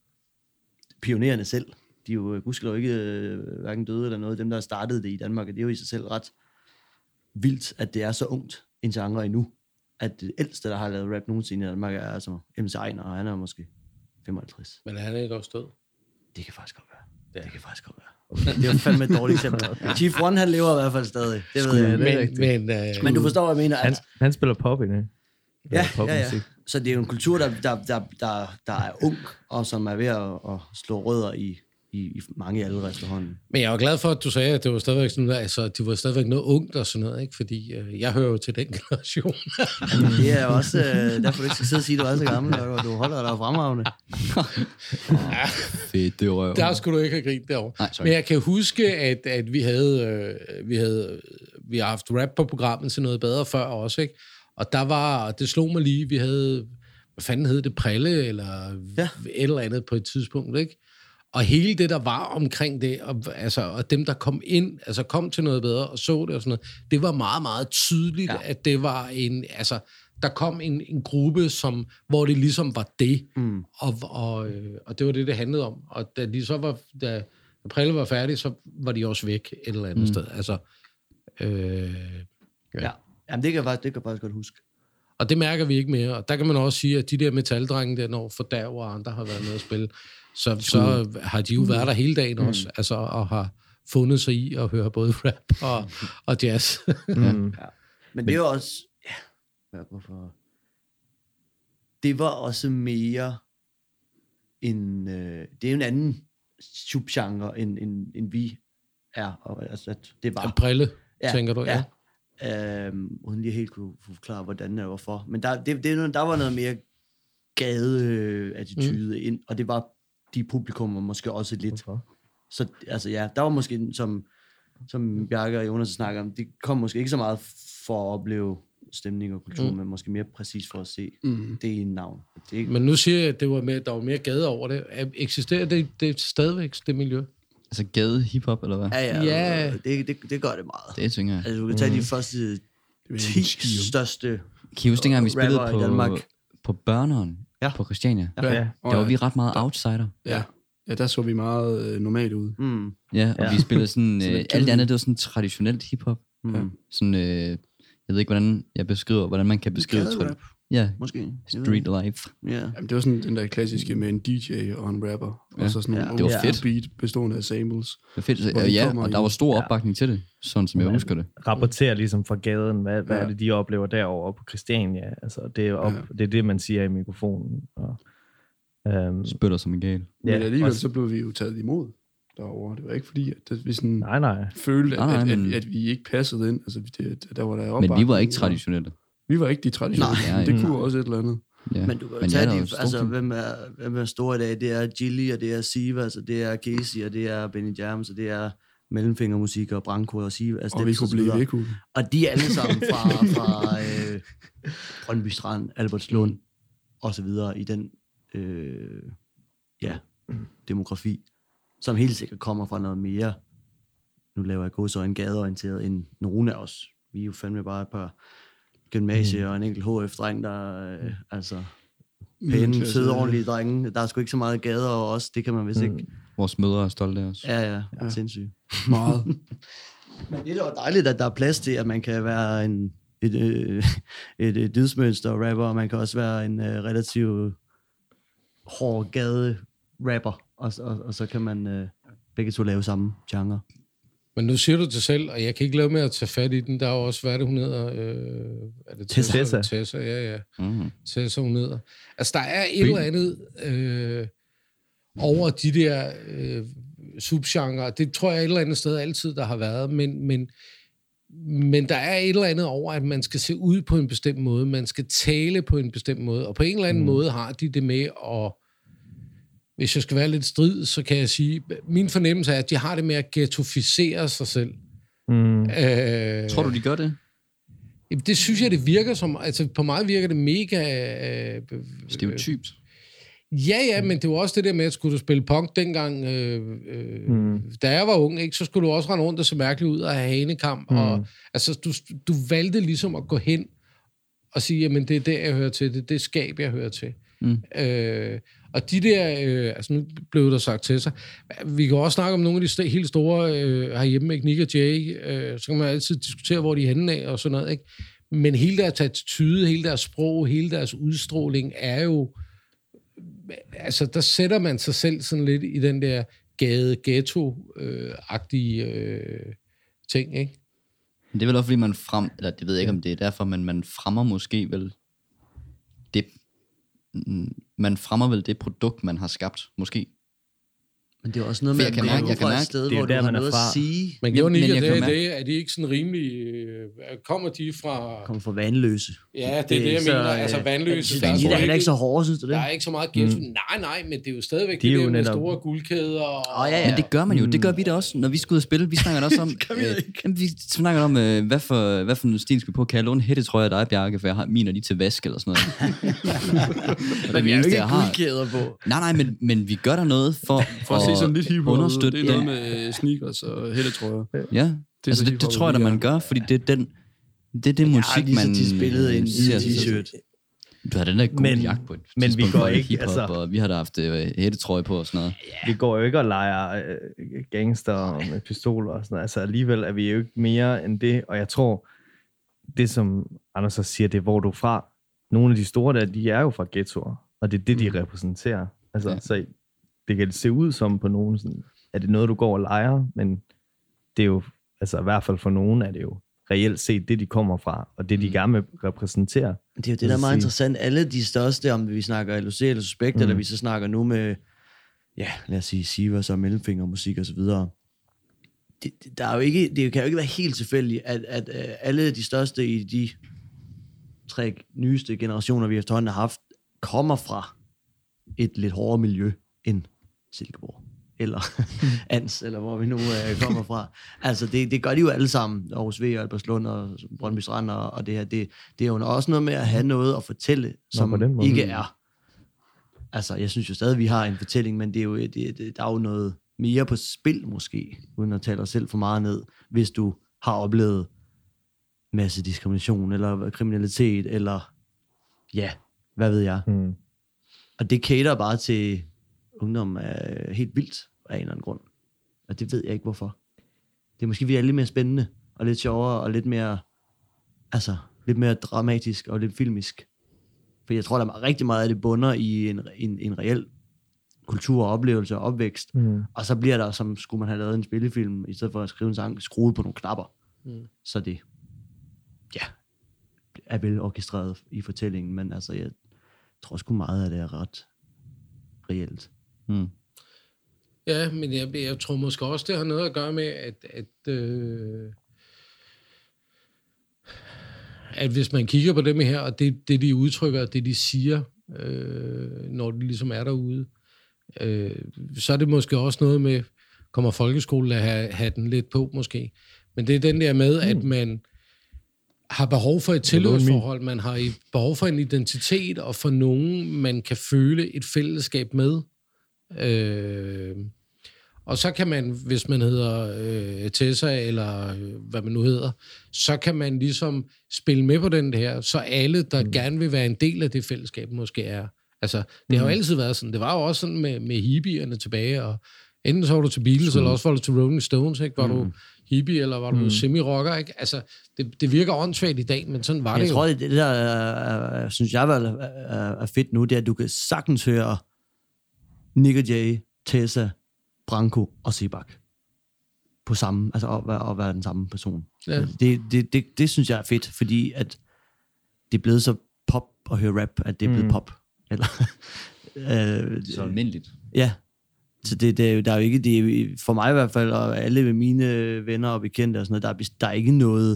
pionererne selv. De er jo gudskelov ikke øh, hverken døde eller noget. Dem, der startede det i Danmark, det er jo i sig selv ret vildt, at det er så ungt en genre endnu. At det ældste, der har lavet rap nogensinde i Danmark, er altså M C Ejner, og han er måske femoghalvtreds. Men er han ikke også død? Det kan faktisk godt være. Ja. Det kan faktisk godt være. Okay. Det er jo fandme et dårligt eksempel. Chief One, han lever i hvert fald stadig. Det ved jeg. det Men, men, øh, Men du forstår, hvad jeg mener. Han, At, han spiller pop i det. ja, ja, ja. Så det er jo en kultur, der, der, der, der, der er ung, og som er ved at, at slå rødder i, i, i mange aldre efterhånden. Men jeg var glad for, at du sagde, at det var stadigvæk sådan, altså, det var stadigvæk noget ungt og sådan noget, ikke? Fordi øh, jeg hører jo til den generation. Jamen, det er jo også øh, derfor, du ikke skal sidde og sige, at du er så gammel, og du holder dig fremragende. Fedt, det røver. Der skulle du ikke have grint derovre. Nej, sorry. Men jeg kan huske, at, at vi havde, øh, vi havde vi har haft rap på programmet til noget bedre før også, ikke? Og der var, det slog mig lige, vi havde, hvad fanden hed det, Prille, eller Ja. et eller andet på et tidspunkt, ikke? Og hele det, der var omkring det, og, altså, og dem, der kom ind, altså kom til noget bedre og så det og sådan noget, det var meget, meget tydeligt, ja. At det var en, altså, der kom en, en gruppe, som, hvor det ligesom var det, mm. og, og, øh, og det var det, det handlede om. Og da de så var, da Prille var færdig, så var de også væk et eller andet mm. sted. Altså, øh, Ja. ja. Jamen, det kan, jeg faktisk, det kan jeg faktisk godt huske. og det mærker vi ikke mere. Og der kan man også sige, at de der metaldrenge der, når Fordav og andre har været med at spille, så, så har de jo været der hele dagen også, mm. altså, og har fundet sig i at høre både rap og, og jazz. Mm. Ja. Men det er jo også... Ja, hvorfor... Det var også mere en... Øh, det er jo en anden subgenre, end, end, end vi er. Og, altså, at det var... Prille, ja, tænker du? Ja. ja. Øhm, uden lige helt kunne forklare, hvordan og hvorfor. Men der, det, det, der var noget mere gade-attitude mm. ind, og det var de publikummer måske også lidt. Hvorfor? Så altså ja, der var måske, som, som Bjarke og Jonas snakker om, det kom måske ikke så meget for at opleve stemning og kultur, mm. men måske mere præcis for at se mm. det i en navn. Det ikke... Men nu siger jeg, at det var mere, der var mere gade over det. Eksisterer det, det stadigvæk, det miljø? Altså gade hiphop, eller hvad? Ja, ja. Ja. Det, det, det gør det meget. Det tænker jeg. Altså, du kan tage mm. de første ti største Kan I huske, dengang vi spillede rapper i Danmark? på, på Børneren Ja. på Christiania? Ja. Ja. Der var vi ret meget outsider. Ja, ja der så vi meget øh, normalt ud. Mm. Ja, og Ja. vi spillede sådan, Så øh, det er alt det andet, det var sådan traditionelt hiphop. Mm. Sådan, øh, jeg Jeg ved ikke, hvordan jeg beskriver, hvordan man kan beskrive det. Gaderap, Ja, Måske. street life. Ja. Jamen, det var sådan den der klassiske med en D J og en rapper, Ja. og så sådan Ja, nogle det var old fedt. school beat bestående af samples. Det var fedt. Hvor de Ja, kommer og der i- var stor Ja. opbakning til det, sådan som jeg Man husker det. rapporterer ligesom fra gaden, hvad, hvad Ja. er det, de oplever derovre på Christiania. Altså, det er, op, Ja. det er det, man siger i mikrofonen. Og, øhm, Spytter som en gal. Men alligevel også- så blev vi jo taget imod derovre. Det var ikke fordi, at det, vi sådan Nej, nej. følte, at, Nej, nej, at, men- at, at vi ikke passede ind. Altså, det, der var der Men opbakning. vi var ikke traditionelle. Vi var ikke de traditionelle. Nej. Det Nej. kunne også et eller andet. Ja. Men du kan jo Men tage ja, der de, var store altså ting. hvem er, hvem er store i dag? Det er Gilly, og det er Sivas, og det er Casey, og det er Benny Jams, og det er Mellemfingermusik og Branko og Siva. Altså Og dem vi så kunne videre. blive ved, kunne. Og de er alle sammen fra, fra øh, Brøndby Strand, Albertslund og så videre i den øh, ja, demografi, som helt sikkert kommer fra noget mere, nu laver jeg godsøjne gadeorienteret, end nogen af os. Vi er jo fandme bare et par gymnasier og en enkelt H F-dreng, der øh, altså pæne, Middelklasse. søde, ordentlige drenge. Der er sgu ikke så meget gader over os, det kan man vist ikke. Vores mødre er stolte af os. Ja, ja, Ja. sindssygt. Meget. Men det er da dejligt, at der er plads til, at man kan være en, et, øh, et, et dydsmønster rapper, og man kan også være en øh, relativt hård gade rapper, og, og, og så kan man øh, begge to lave samme genre. Men nu siger du det selv, og jeg kan ikke lade med at tage fat i den. Der er jo også, hvad er det, hun hedder? Øh, er det Tessa? Tessa. Tessa, ja, ja. Mm. Tessa, hun hedder. Altså, der er et eller andet øh, over de der øh, subgenre. Det tror jeg et eller andet sted altid, der har været. Men, men, men der er et eller andet over, at man skal se ud på en bestemt måde. Man skal tale på en bestemt måde. Og på en eller anden mm. måde har de det med at... Hvis jeg skal være lidt strid, så kan jeg sige, min fornemmelse er, at de har det med at ghettoficere sig selv. Mm. Øh, Tror du, de gør det? Jamen, det synes jeg, det virker som... Altså, på mig virker det mega... Øh, Stereotypt. Ja, ja, men det var også det der med, at skulle du spille punk dengang, øh, øh, mm. da jeg var ung, ikke, så skulle du også rende rundt og se mærkeligt ud og have hanekamp. Mm. Og, altså, du, du valgte ligesom at gå hen og sige, jamen, det er der, jeg hører til. Det er det skab, jeg hører til. Mm. Øh, og de der... Øh, altså, nu blev der sagt til sig. Vi kan også snakke om nogle af de st- helt store øh, herhjemme med Nick og Jay. Øh, så kan man altid diskutere, hvor de er henne af og sådan noget, ikke? Men hele deres attitude, hele deres sprog, hele deres udstråling er jo... Altså, der sætter man sig selv sådan lidt i den der gade-ghetto-agtige øh, ting, ikke? Men det er vel også, fordi man frem... Eller det ved jeg ikke, om det er derfor, men man fremmer måske vel... Det, man fremmer vel det produkt, man har skabt, måske. Men det er også noget For med, jeg kan at mærke- komme jeg kan fra et mærke- sted, det er hvor jo du der, har man er noget fra. at sige. Men gjorde Men- Nick men og jeg kan det, mærke- det, er de ikke sådan rimelig... Øh, kommer de fra... Kommer fra vandløse. Ja, det er det, det jeg så, mener. Altså, øh, vandløse. De der er sgu da heller ikke ikke- så hårde, synes du det? Der er ikke så meget gæst. Mm. Nej, nej, men det er jo stadigvæk De det er der jo med netop- store guldkæder. Og, Åh, ja, ja. Men det gør man jo. Det gør vi da også, når vi skal ud og spille. Vi snakker da også om... øh, jamen, vi snakker om, øh, hvad, for, hvad for en stil skal vi på. Kan jeg låne hættetrøje af dig, Bjarke? For jeg har min og de til vask eller sådan noget. Og Men vi det har jo eneste, ikke jeg har. guldkæder på. Nej, nej, men, men vi gør der noget for, For at se sådan lidt hiphop, understøtte det er noget den. med sneakers og hættetrøjer. Ja, Det er altså så det, det hiphop, tror jeg da, vi er. man gør, fordi det er den... Det er det musik, lige så man... tit spillet i en ser- t-shirt. Du har den der gode Men- jagt på et men vi tidspunkt, går hvor det er ikke, hiphop, altså- og vi har da haft øh, hættetrøje på og sådan noget. Vi går jo ikke og leger øh, gangster med pistoler og sådan noget. Altså alligevel er vi jo ikke mere end det, og jeg tror, det som Anders også siger, det er hvor du er fra. Nogle af de store der, de er jo fra ghettoer, og det er det, de repræsenterer. Altså, Ja. ja. Så det kan se ud som på nogen, sådan, at det er noget, du går og leger, men det er jo, altså i hvert fald for nogen, er det jo reelt set det, de kommer fra, og det, de gerne vil repræsentere. Det er jo det, der er meget interessant. Alle de største, om vi snakker L O C eller Suspekt, mm. eller vi så snakker nu med, ja, lad os sige, Sivas og Mellemfingermusik og så videre. Det, det, der er jo ikke, det kan jo ikke være helt tilfældigt, at, at, at alle de største i de tre nyeste generationer, vi efterhånden har haft, kommer fra et lidt hårdere miljø end Silkeborg. Eller Ans, eller hvor vi nu øh, kommer fra. Altså, det, det gør de jo alle sammen. Aarhus V, Albertslund og Brøndby Strand og, og det her. Det, det er jo også noget med at have noget at fortælle, som på den måde. ikke er. Altså, jeg synes jo stadig, vi har en fortælling, men det er jo, det, det, der er jo noget mere på spil, måske, uden at tale dig selv for meget ned, hvis du har oplevet masse diskrimination, eller kriminalitet, eller ja, hvad ved jeg. Mm. Og det cater bare til ungdom er helt vildt af en eller anden grund. Og det ved jeg ikke, hvorfor. Det er måske vi er lidt mere spændende, og lidt sjovere, og lidt mere altså, lidt mere dramatisk og lidt filmisk. For jeg tror, der er rigtig meget af det bunder i en, en, en reel kultur, oplevelse og opvækst. Mm. Og så bliver der, som skulle man have lavet en spillefilm, i stedet for at skrive en sang, skruet på nogle knapper. Mm. Så det, ja, er vel orkestreret i fortællingen, men altså, jeg tror sgu meget, at det er ret reelt. Mm. Ja, men jeg, jeg tror måske også, det har noget at gøre med, at, at, øh, at hvis man kigger på dem her, og det, det de udtrykker, det de siger, øh, når de ligesom er derude, øh, så er det måske også noget med, kommer folkeskolen at have, have den lidt på måske. Men det er den der med, mm. at man har behov for et tilhørsforhold, man har behov for en identitet, og for nogen, man kan føle et fællesskab med. Øh, og så kan man, hvis man hedder øh, Tessa, eller øh, hvad man nu hedder, så kan man ligesom spille med på den her, så alle, der mm. gerne vil være en del af det fællesskab, måske er. Altså, det har jo altid været sådan. Det var jo også sådan med, med hippierne tilbage, og enten så var du til Beatles, eller også var du til Rolling Stones, ikke? Var mm. du hippie, eller var du mm. semi-rocker, ikke? Altså, det, det virker åndssvagt i dag, men sådan var jeg det tror, jo. Jeg tror, det der, er, synes jeg er, er, er fedt nu, det er, at du kan sagtens høre Nick og Jay, Tessa, Branko og Sebak på samme, altså at være, at være den samme person. Ja. Det, det, det, det synes jeg er fedt, fordi at det er blevet så pop at høre rap, at det er blevet mm. pop. Eller, øh, så almindeligt. Ja, så det, det, der er jo ikke, det er, for mig i hvert fald, og alle mine venner og bekendte og sådan noget, der er, der er ikke noget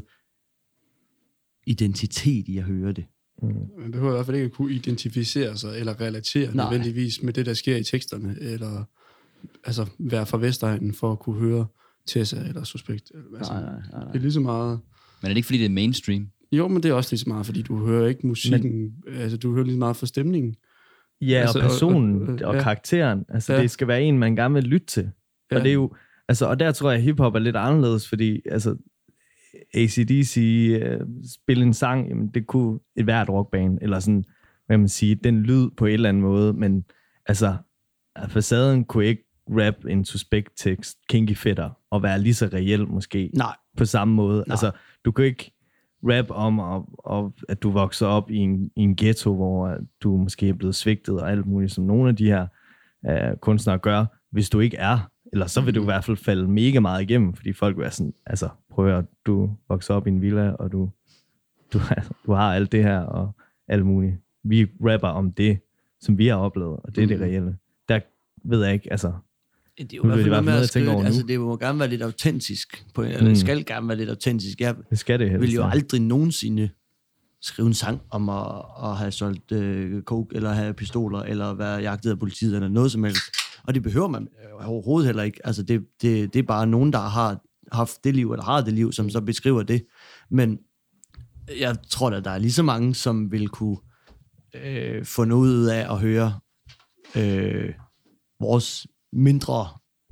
identitet i at høre det. Mm. Man behøver i hvert fald ikke at kunne identificere sig, eller relatere Nej. nødvendigvis med det, der sker i teksterne, eller altså være fra Vestegnen for at kunne høre Tessa eller Suspekt. Altså, nej, nej, nej, nej. Det er lige så meget... Men er det ikke, fordi det er mainstream? Jo, men det er også lige så meget, fordi du hører ikke musikken, men... altså du hører lige så meget for stemningen. Ja, altså, og personen og, og, og, og ja. karakteren. Altså, ja. det skal være en, man gerne vil lytte til. Ja. Og det er jo, altså, og der tror jeg, at hiphop er lidt anderledes, fordi, altså, A C D C uh, spille en sang, jamen, det kunne et hvert rockband, eller sådan, hvad man siger, den lyd på en eller anden måde, men, altså, Facaden kunne ikke rap en suspekt tekst, kinky fætter, og være lige så reelt, måske, Nej. på samme måde. Nej. Altså, du kan ikke rap om, og, og at du vokser op i en, i en ghetto, hvor du måske er blevet svigtet og alt muligt, som nogle af de her uh, kunstnere gør, hvis du ikke er. Eller så vil du i hvert fald falde mega meget igennem, fordi folk vil være sådan, altså prøv at høre, du vokser op i en villa, og du, du, du har alt det her, og alt muligt. Vi rapper om det, som vi har oplevet, og det er det reelle. Der ved jeg ikke, altså... Det er jo i hvert fald noget med at skrive, altså det må gerne være lidt autentisk, på, eller det skal gerne være lidt autentisk. Jeg det skal det helst, vil jo aldrig nogensinde skrive en sang om at, at have solgt øh, coke, eller have pistoler, eller være jagtet af politiet, eller noget som helst. Og det behøver man overhovedet heller ikke. Altså det, det, det er bare nogen, der har haft det liv, eller har det liv, som så beskriver det. Men jeg tror da, der er lige så mange, som vil kunne øh, få noget ud af at høre øh, vores mindre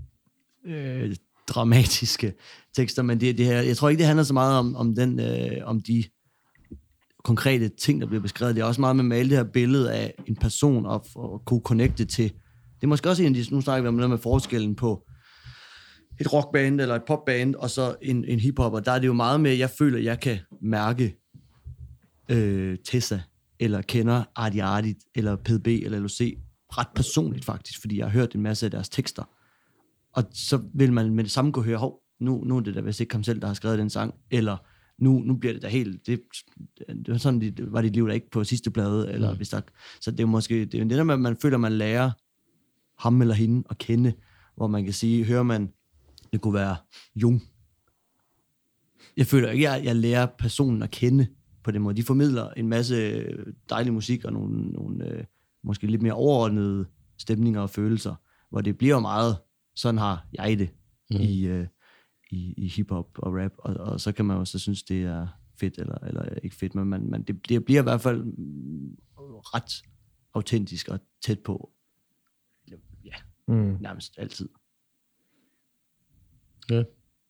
øh, dramatiske tekster. Men det, det her, jeg tror ikke, det handler så meget om, om, den, øh, om de konkrete ting, der bliver beskrevet. Det er også meget med at male det her billede af en person og, og kunne connecte til. Det er måske også en af de, nu snakker vi om noget med forskellen på et rockband eller et popband, og så en, en hiphopper. Der er det jo meget med, at jeg føler, at jeg kan mærke øh, Tessa, eller kender Arti Arti, eller P D B, eller L O C, ret personligt faktisk, fordi jeg har hørt en masse af deres tekster. Og så vil man med det samme kunne høre, hov, nu, nu er det da vist ikke ham selv, der har skrevet den sang, eller nu, nu bliver det da helt, det, det var sådan, det var dit liv der ikke på sidste plade, eller mm. hvis der, så det er måske, det er det der med, at man føler, at man lærer ham eller hende at kende, hvor man kan sige, hører man, det kunne være Jung. Jeg føler ikke, at jeg lærer personen at kende på den måde. De formidler en masse dejlig musik og nogle, nogle øh, måske lidt mere overordnede stemninger og følelser, hvor det bliver meget, sådan har jeg det mm. i, øh, i, i hiphop og rap, og, og så kan man jo så synes, det er fedt, eller, eller ikke fedt, men man, man, det, det bliver i hvert fald ret autentisk og tæt på. Ja, mm. nærmest altid. Ja.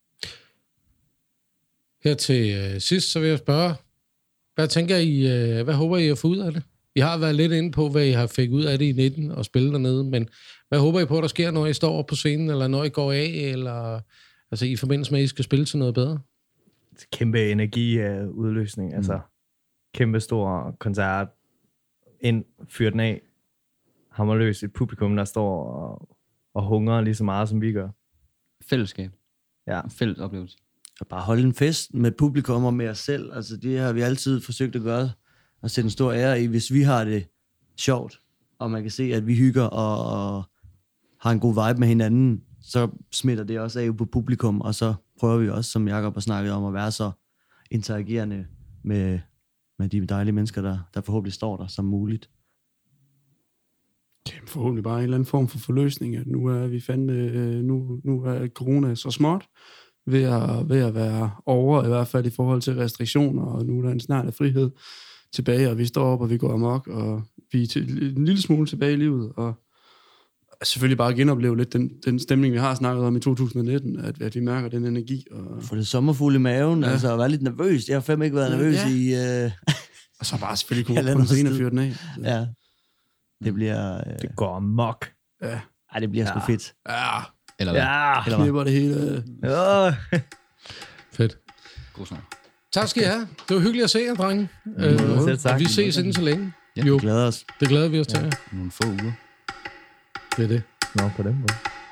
Her til øh, sidst, så vil jeg spørge, hvad tænker I, øh, hvad håber I at få ud af det? I har været lidt inde på, hvad I har fik ud af det i nitten og spille dernede, men hvad håber I på, der sker, når I står på scenen, eller når I går af, eller altså i forbindelse med, at I skal spille til noget bedre? kæmpe energiudløsning. Mm. Altså, kæmpe stor koncert. Ind, fyr den af. Hammerløs et publikum, der står og, og hungrer lige så meget, som vi gør. Fællesskab. Ja. Fælles oplevelse. Og bare holde en fest med publikum og med os selv. Altså, det har vi altid forsøgt at gøre. Og sætte en stor ære i, hvis vi har det sjovt. Og man kan se, at vi hygger og, og har en god vibe med hinanden, så smitter det også af på publikum. Og så prøver vi også, som Jakob har snakket om, at være så interagerende med, med de dejlige mennesker, der, der forhåbentlig står der som muligt. Jamen, forhåbentlig bare en eller anden form for forløsning, at nu er vi fandme, nu, nu er corona så småt ved at, ved at være over, i hvert fald i forhold til restriktioner, og nu er der en snart af frihed tilbage, og vi står op, og vi går amok, og vi er til, en lille smule tilbage i livet, og selvfølgelig bare genopleve lidt den, den stemning, vi har snakket om i to tusind nitten, at, at vi mærker den energi. Og få det sommerfuld i maven, ja. Altså at være lidt nervøs. Jeg har fandme ikke været nervøs ja. i... Uh... og så bare selvfølgelig komme på en scene og fyre den af. Så. Ja. Det bliver... Uh... Det går amok. Ja. Ej, det bliver ja. sgu fedt. Ja. Eller hvad? Ja. Eller hvad? Knipper det hele. Ja. Fedt. God snak. Tak skal I have. Det var hyggeligt at se jer, drenge. Ja, øh, selv tak. og vi ses inden så længe. Ja. Jo, Vi glæder os. det glæder vi os til. Ja. Nogle få uger. Det er det. Nå, på den måde.